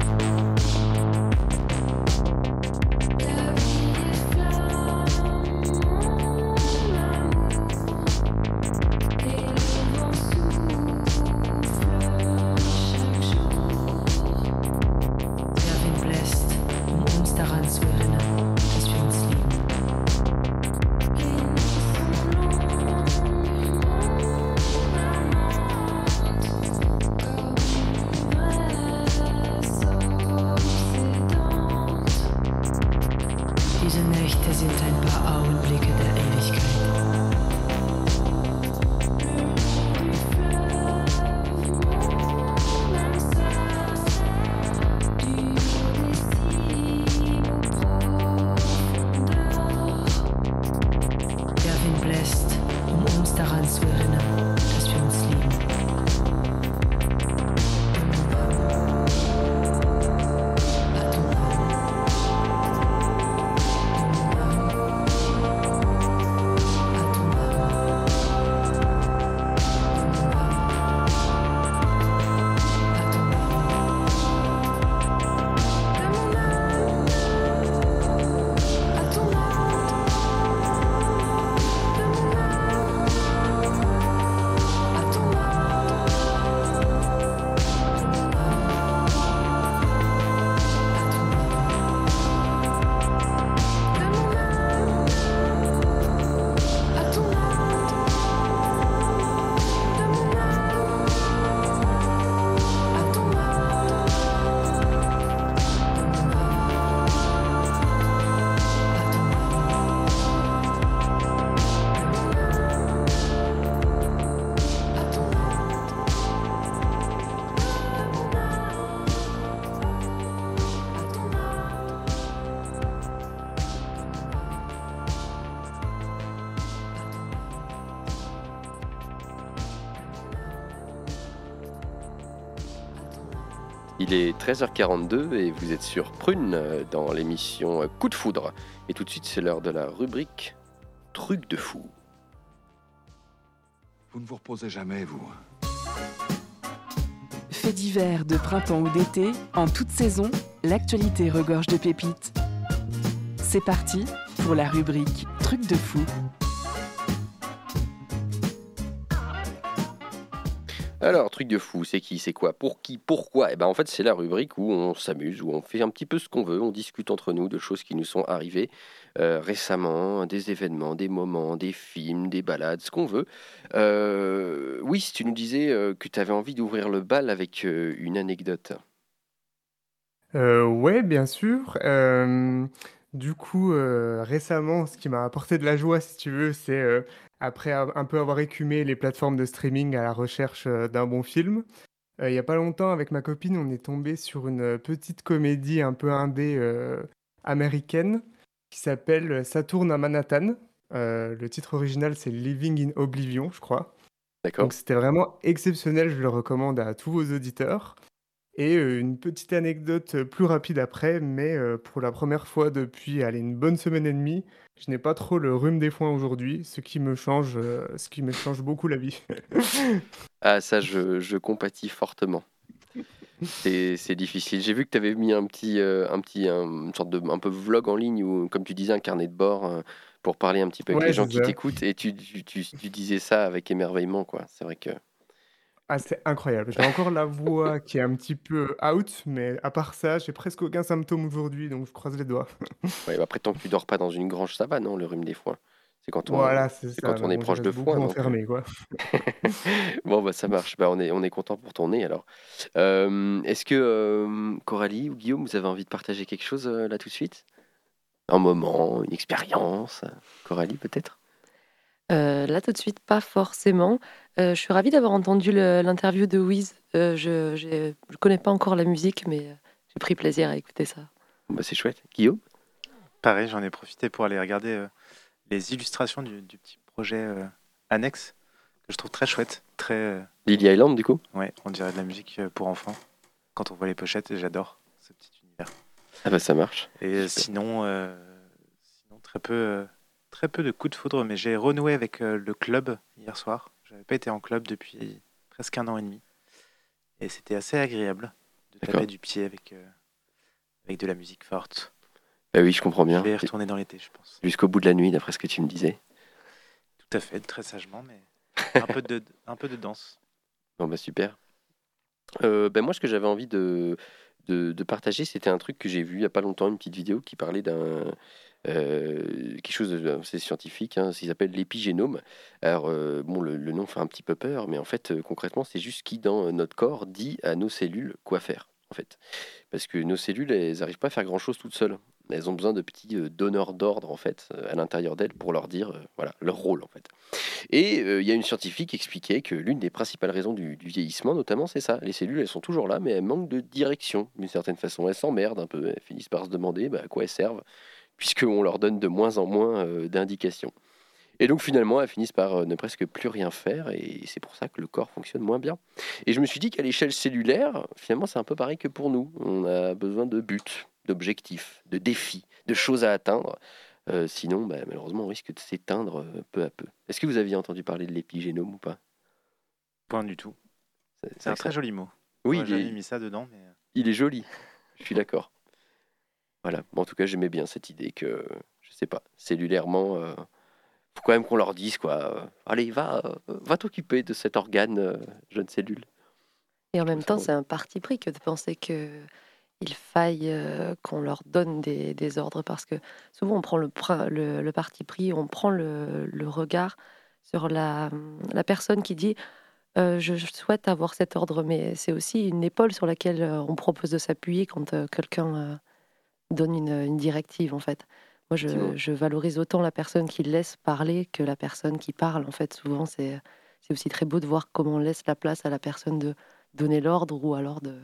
La vie est flamme, mon amour, et le vent souffle chaque jour. Der Wind bläst, um uns daran zu erinnern, dass wir uns lieben. Les nuits sont longues, mon amante, comme une ivresse obsédante. Diese Nächte sind ein paar Augenblicke der Ewigkeit. Le long du fleuve, mon âme sœur, du haut des cimes aux profondeurs. Der Wind bläst, um uns daran zu erinnern, dass wir uns lieben. De mon âme à ton âme. De mon âme à ton âme. De mon âme à ton âme. De mon âme à ton âme. De mon âme à ton Il est treize heures quarante-deux et vous êtes sur Prune euh, dans l'émission euh, Coup de foudre. Et tout de suite, c'est l'heure de la rubrique Truc de fou. Vous ne vous reposez jamais, vous. Faits divers de printemps ou d'été, en toute saison, l'actualité regorge de pépites. C'est parti pour la rubrique Truc de fou. Alors, truc de fou, c'est qui, c'est quoi, pour qui, pourquoi? Et ben en fait, c'est la rubrique où on s'amuse, où on fait un petit peu ce qu'on veut, on discute entre nous de choses qui nous sont arrivées euh, récemment, des événements, des moments, des films, des balades, ce qu'on veut. Euh, oui, si tu nous disais euh, que tu avais envie d'ouvrir le bal avec euh, une anecdote. Euh, ouais, bien sûr. Euh, du coup, euh, récemment, ce qui m'a apporté de la joie, si tu veux, c'est euh, après a- un peu avoir écumé les plateformes de streaming à la recherche euh, d'un bon film. Euh, il y a pas longtemps, avec ma copine, on est tombé sur une euh, petite comédie un peu indé euh, américaine qui s'appelle Ça tourne à Manhattan. Euh, le titre original, c'est Living in Oblivion, je crois. D'accord. Donc c'était vraiment exceptionnel, je le recommande à tous vos auditeurs. Et euh, une petite anecdote euh, plus rapide après, mais euh, pour la première fois depuis allez, une bonne semaine et demie, je n'ai pas trop le rhume des foins aujourd'hui, ce qui me change, euh, ce qui me change beaucoup la vie. Ah, ça, je, je compatis fortement. C'est, c'est difficile. J'ai vu que tu avais mis un petit, euh, un petit, un- une sorte de, un peu vlog en ligne ou, comme tu disais, un carnet de bord euh, pour parler un petit peu avec Ouais, les gens c'est qui ça. t'écoutent. Et tu, tu, tu, tu disais ça avec émerveillement, quoi. C'est vrai que. Ah, c'est incroyable. J'ai encore la voix qui est un petit peu out, mais à part ça, j'ai presque aucun symptôme aujourd'hui, donc je croise les doigts. Ouais, bah après, tant que tu dors pas dans une grange, ça va, non, le rhume des foins. C'est quand on, Voilà, c'est c'est ça. quand on est Bon, je proche de reste beaucoup foin, donc. enfermé, quoi. Bon, bah ça marche. Bah, on est, on est content pour ton nez alors. Euh, est-ce que euh, Coralie ou Guillaume, vous avez envie de partager quelque chose euh, là tout de suite? Un moment, une expérience? Coralie, peut-être? Euh, là, tout de suite, pas forcément. Euh, je suis ravie d'avoir entendu le- l'interview de Wiz. Euh, je j'ai- je connais pas encore la musique, mais euh, j'ai pris plaisir à écouter ça. Bah, c'est chouette. Guillaume? Pareil, j'en ai profité pour aller regarder euh, les illustrations du, du petit projet euh, annexe, que je trouve très chouette. Très, euh, Lily Island, du coup? ouais, on dirait de la musique euh, pour enfants. Quand on voit les pochettes, et j'adore ce petit univers. Ah bah ça marche. Et euh, Super. sinon, euh, sinon très peu, euh, très peu de coups de foudre, mais j'ai renoué avec euh, le club hier soir. J'avais pas été en club depuis presque un an et demi, et c'était assez agréable de D'accord. taper du pied avec euh, avec de la musique forte. Bah oui, je comprends bien. Je vais y retourner dans l'été, je pense. Jusqu'au bout de la nuit, d'après ce que tu me disais. Tout à fait, très sagement, mais un peu de, un peu de danse. Bon bah super. Euh, ben moi, ce que j'avais envie de, de, de partager, c'était un truc que j'ai vu il y a pas longtemps, une petite vidéo qui parlait d'un euh, quelque chose de c'est scientifique, hein, ça s'appelle l'épigénome. Alors euh, bon, le, le nom fait un petit peu peur, mais en fait, euh, concrètement, c'est juste ce qui dans notre corps dit à nos cellules quoi faire, en fait. Parce que nos cellules, elles n'arrivent pas à faire grand-chose toutes seules. Elles ont besoin de petits euh, donneurs d'ordre, en fait, euh, à l'intérieur d'elles pour leur dire, euh, voilà, leur rôle, en fait. Et euh, il y a une scientifique qui expliquait que l'une des principales raisons du, du vieillissement, notamment, c'est ça. Les cellules, elles sont toujours là, mais elles manquent de direction, d'une certaine façon. Elles s'emmerdent un peu, elles finissent par se demander bah, à quoi elles servent, puisqu'on leur donne de moins en moins euh, d'indications. Et donc finalement, elles finissent par euh, ne presque plus rien faire, et c'est pour ça que le corps fonctionne moins bien. Et je me suis dit qu'à l'échelle cellulaire, finalement, c'est un peu pareil que pour nous. On a besoin de buts, d'objectifs, de défis, de choses à atteindre. Euh, sinon, bah, malheureusement, on risque de s'éteindre euh, peu à peu. Est-ce que vous aviez entendu parler de l'épigénome ou pas? Point du tout. C'est C'est un vrai que très ça- joli mot. Oui, Moi, il j'avais est, mis ça dedans, mais euh, il est joli. Je suis d'accord. Voilà. Bon, en tout cas, j'aimais bien cette idée que, je sais pas, cellulairement, euh, faut quand même qu'on leur dise quoi. euh, Allez, va, euh, va t'occuper de cet organe, euh, jeune cellule. Et en Je même trouve ça temps, drôle. c'est un parti pris que de penser que il faille euh, qu'on leur donne des, des ordres, parce que souvent on prend le, prin- le, le parti pris, on prend le, le regard sur la, la personne qui dit euh, je je souhaite avoir cet ordre, mais c'est aussi une épaule sur laquelle euh, on propose de s'appuyer quand euh, quelqu'un euh, donne une, une directive, en fait. Moi, Effectivement. je, je valorise autant la personne qui laisse parler que la personne qui parle. En fait, souvent, c'est c'est aussi très beau de voir comment on laisse la place à la personne de donner l'ordre, ou alors de,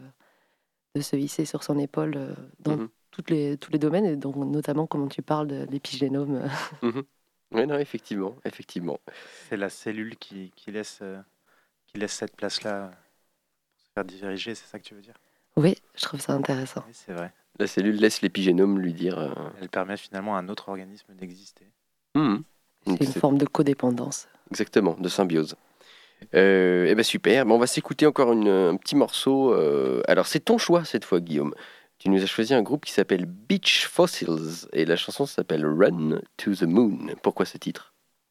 de se hisser sur son épaule euh, dans Mhm. toutes les, tous les domaines, et donc notamment comment tu parles de l'épigénome. Mhm. Oui, non, effectivement, effectivement. c'est la cellule qui, qui laisse, euh, qui laisse cette place-là euh, pour se faire diriger, c'est ça que tu veux dire? Oui, je trouve ça intéressant. Oui, c'est vrai. La cellule laisse l'épigénome lui dire. euh, Elle permet finalement à un autre organisme d'exister. Mhm. Donc, C'est une c'est- forme de codépendance. Exactement, de symbiose. Euh, eh ben super. Bon, on va s'écouter encore une- un petit morceau. euh, Alors, c'est ton choix cette fois, Guillaume. Tu nous as choisi un groupe qui s'appelle Beach Fossils et la chanson s'appelle Run to the Moon. Pourquoi ce titre?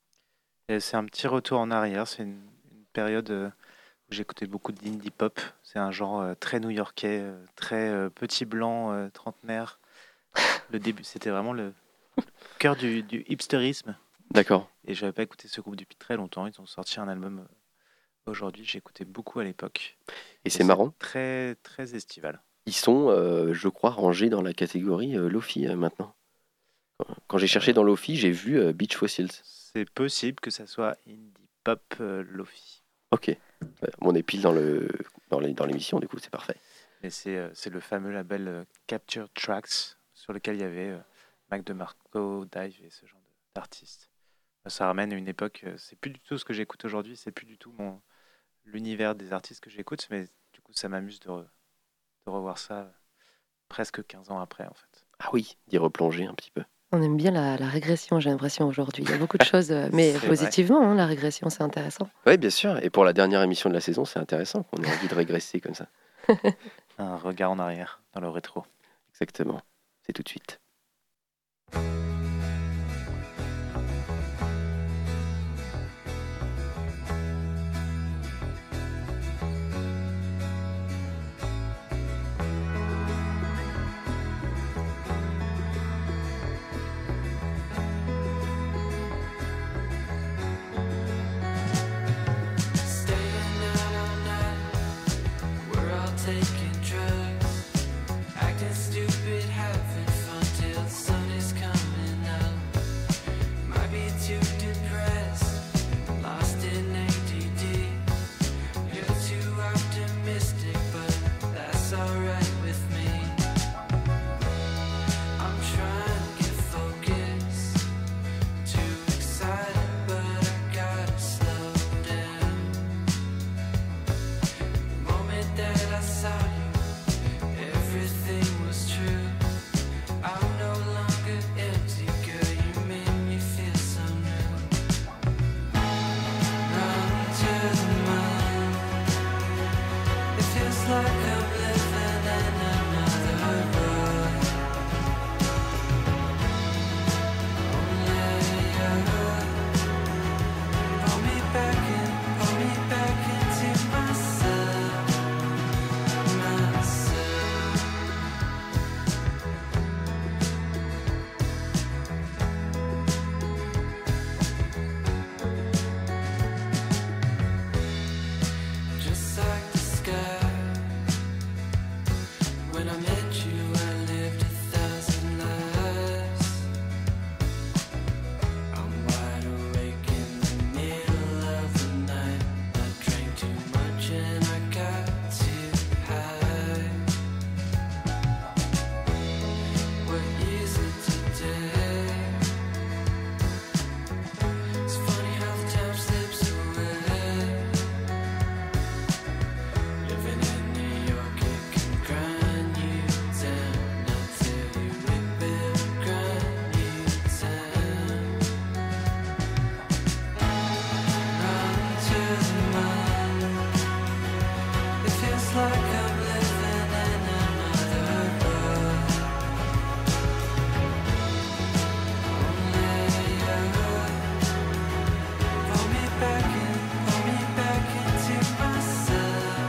Et c'est un petit retour en arrière, c'est une, une période euh, où j'écoutais beaucoup d'indie pop. C'est un genre euh, très new-yorkais, euh, très euh, petit blanc, euh, trentenaire. Le début, c'était vraiment le cœur du, du hipsterisme. D'accord. Et je n'avais pas écouté ce groupe depuis très longtemps. Ils ont sorti un album euh, aujourd'hui. J'écoutais beaucoup à l'époque. Et c'est marrant. Très, très estival. Ils sont, euh, je crois, rangés dans la catégorie euh, Lofi euh, maintenant. Quand- Quand j'ai cherché dans Lofi, j'ai vu euh, Beach Fossils. C'est possible que ça soit indie pop euh, lofi. Ok. Ouais, on est pile dans le dans les- dans l'émission, du coup, c'est parfait. Mais c'est euh, c'est le fameux label euh, Capture Tracks sur lequel il y avait euh, Mac DeMarco, Dive et ce genre de- d'artistes. Euh, Ça ramène à une époque, euh, c'est plus du tout ce que j'écoute aujourd'hui, c'est plus du tout mon l'univers des artistes que j'écoute, mais du coup ça m'amuse de, re- de revoir ça euh, presque quinze ans après en fait. Ah oui, d'y replonger un petit peu. On aime bien la, la régression, j'ai l'impression, aujourd'hui. Il y a beaucoup de choses, euh, mais C'est vrai. positivement, hein, la régression, c'est intéressant. Oui, bien sûr. Et pour la dernière émission de la saison, c'est intéressant qu'on ait envie de régresser comme ça. Un regard en arrière dans le rétro. Exactement. C'est tout de suite. taking drugs, acting stupid, having fun till the sun is coming up. Might be too depressed, lost in A D D. You're too optimistic, but that's alright with me. I'm trying to get focused, too excited, but I gotta slow down. The moment that I saw you, everything was true. I'm no longer empty, girl, you made me feel so new. Run to the moon, it feels like I'm living in another world. Only you pull me back in, pull me back into myself, myself. Just like the sky. When I met you, I lived a thousand lives. I'm wide awake in the middle of the night. I drank too much and I got too high. What is it today? It's funny how the time slips away. Living in New York, it can grind you down. I tell you, it will grind you down. Run to the moon, it feels like I'm living in another world. Only you pull me back in, pull me back into myself.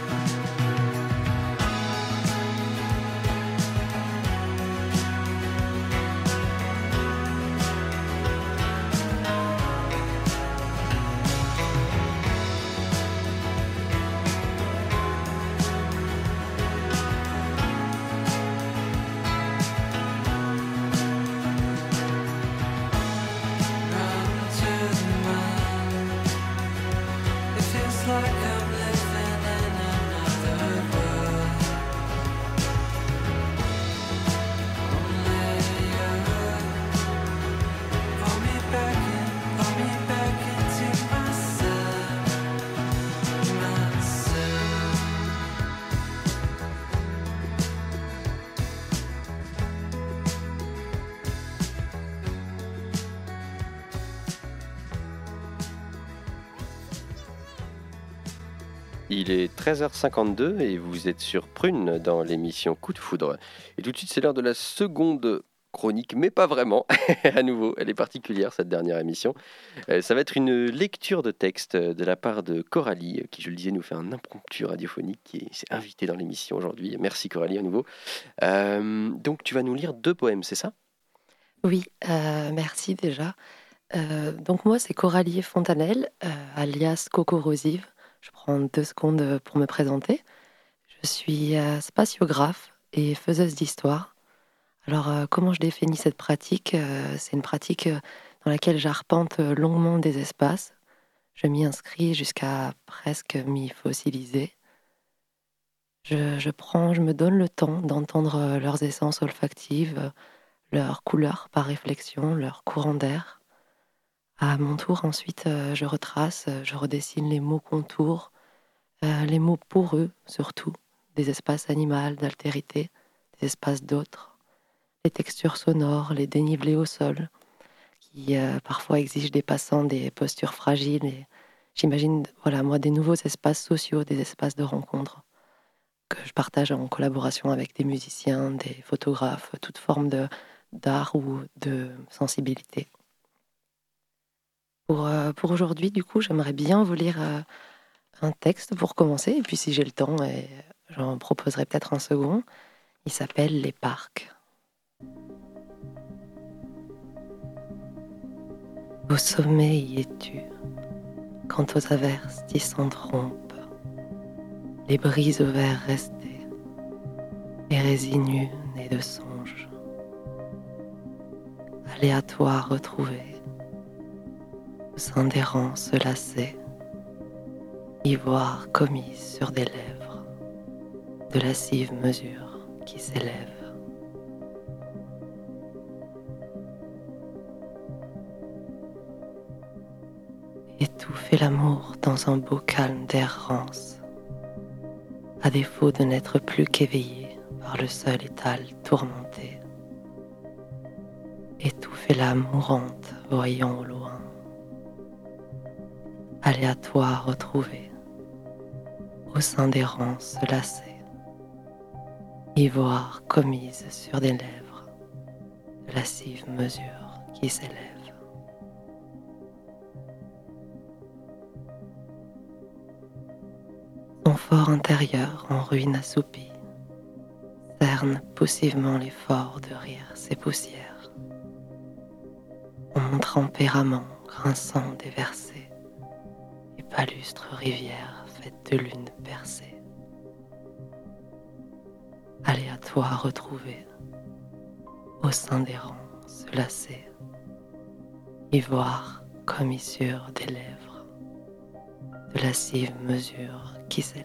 Run to the moon, it feels like I'm living in another world. Only you pull me back in, pull me back into myself, myself. Il est treize heures cinquante-deux et vous êtes sur Prune dans l'émission Coup de Foudre. Et tout de suite, c'est l'heure de la seconde chronique, mais pas vraiment. À nouveau, elle est particulière cette dernière émission. Euh, ça va être une lecture de texte de la part de Coralie, qui, je le disais, nous fait un impromptu radiophonique, qui s'est invitée dans l'émission aujourd'hui. Merci Coralie à nouveau. Euh, donc tu vas nous lire deux poèmes, c'est ça ? Oui, euh, merci déjà. Euh, donc moi, c'est Coralie Fontanelle, euh, alias Coco Rosive. Je prends deux secondes pour me présenter. Je suis euh, spatiographe et faiseuse d'histoire. Alors, euh, comment je définis cette pratique ? Euh, C'est une pratique euh, dans laquelle j'arpente euh, longuement des espaces. Je m'y inscris jusqu'à presque m'y fossiliser. Je, je prends, je me donne le temps d'entendre euh, leurs essences olfactives, euh, leurs couleurs par réflexion, leurs courants d'air. À mon tour, ensuite, euh, je retrace, euh, je redessine les mots contours, euh, les mots poreux surtout, des espaces animaux, d'altérité, des espaces d'autres, les textures sonores, les dénivelés au sol, qui euh, parfois exigent des passants des postures fragiles. Et j'imagine, voilà, moi, des nouveaux espaces sociaux, des espaces de rencontre que je partage en collaboration avec des musiciens, des photographes, toute forme de, d'art ou de sensibilité. Pour, euh, pour aujourd'hui, du coup, j'aimerais bien vous lire euh, un texte pour commencer, et puis si j'ai le temps, et j'en proposerai peut-être un second. Il s'appelle « Les parcs ». Au sommet y es-tu, quand aux averses tissantes rompent, les brises au verre restés, les résinus nés de songes, aléatoires retrouvés, au sein d'errance lassée, ivoire commise sur des lèvres, de lascives mesures qui s'élèvent. Étouffer l'amour dans un beau calme d'air rance, à défaut de n'être plus qu'éveillé par le seul étal tourmenté. Étouffer l'âme mourante voyant au loin, aléatoire retrouvée, au sein des rances lassées, ivoire commise sur des lèvres, de lascives mesures qui s'élèvent. Son fort intérieur en ruine assoupie cerne poussivement l'effort de rire ses poussières. En tempérament grinçant déversé et palustre rivière faite de lune percée. Aléatoire retrouvée au sein des rances lassées, ivoire commissure des lèvres, de lascives mesures qui s'élèvent.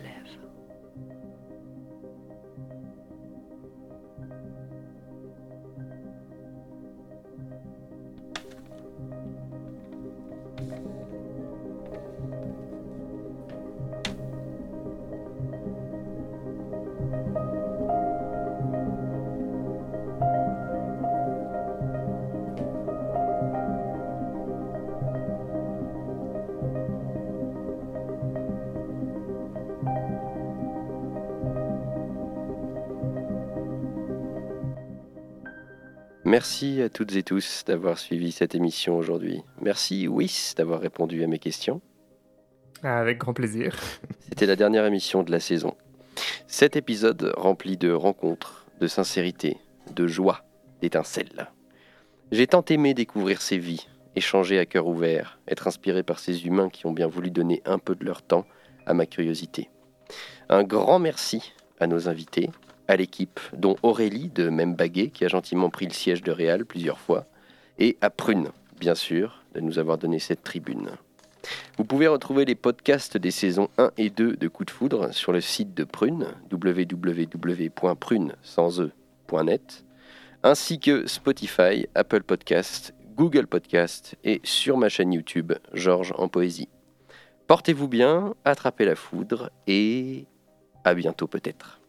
Merci à toutes et tous d'avoir suivi cette émission aujourd'hui. Merci Wyss d'avoir répondu à mes questions. Avec grand plaisir. C'était la dernière émission de la saison. Cet épisode rempli de rencontres, de sincérité, de joie, d'étincelles. J'ai tant aimé découvrir ces vies, échanger à cœur ouvert, être inspiré par ces humains qui ont bien voulu donner un peu de leur temps à ma curiosité. Un grand merci à nos invités, à l'équipe, dont Aurélie de Même Baguet, qui a gentiment pris le siège de Réal plusieurs fois, et à Prune, bien sûr, de nous avoir donné cette tribune. Vous pouvez retrouver les podcasts des saisons un et deux de Coup de Foudre sur le site de Prune, w w w point prune sans e point net, ainsi que Spotify, Apple Podcasts, Google Podcasts et sur ma chaîne YouTube, Georges en Poésie. Portez-vous bien, attrapez la foudre et à bientôt peut-être.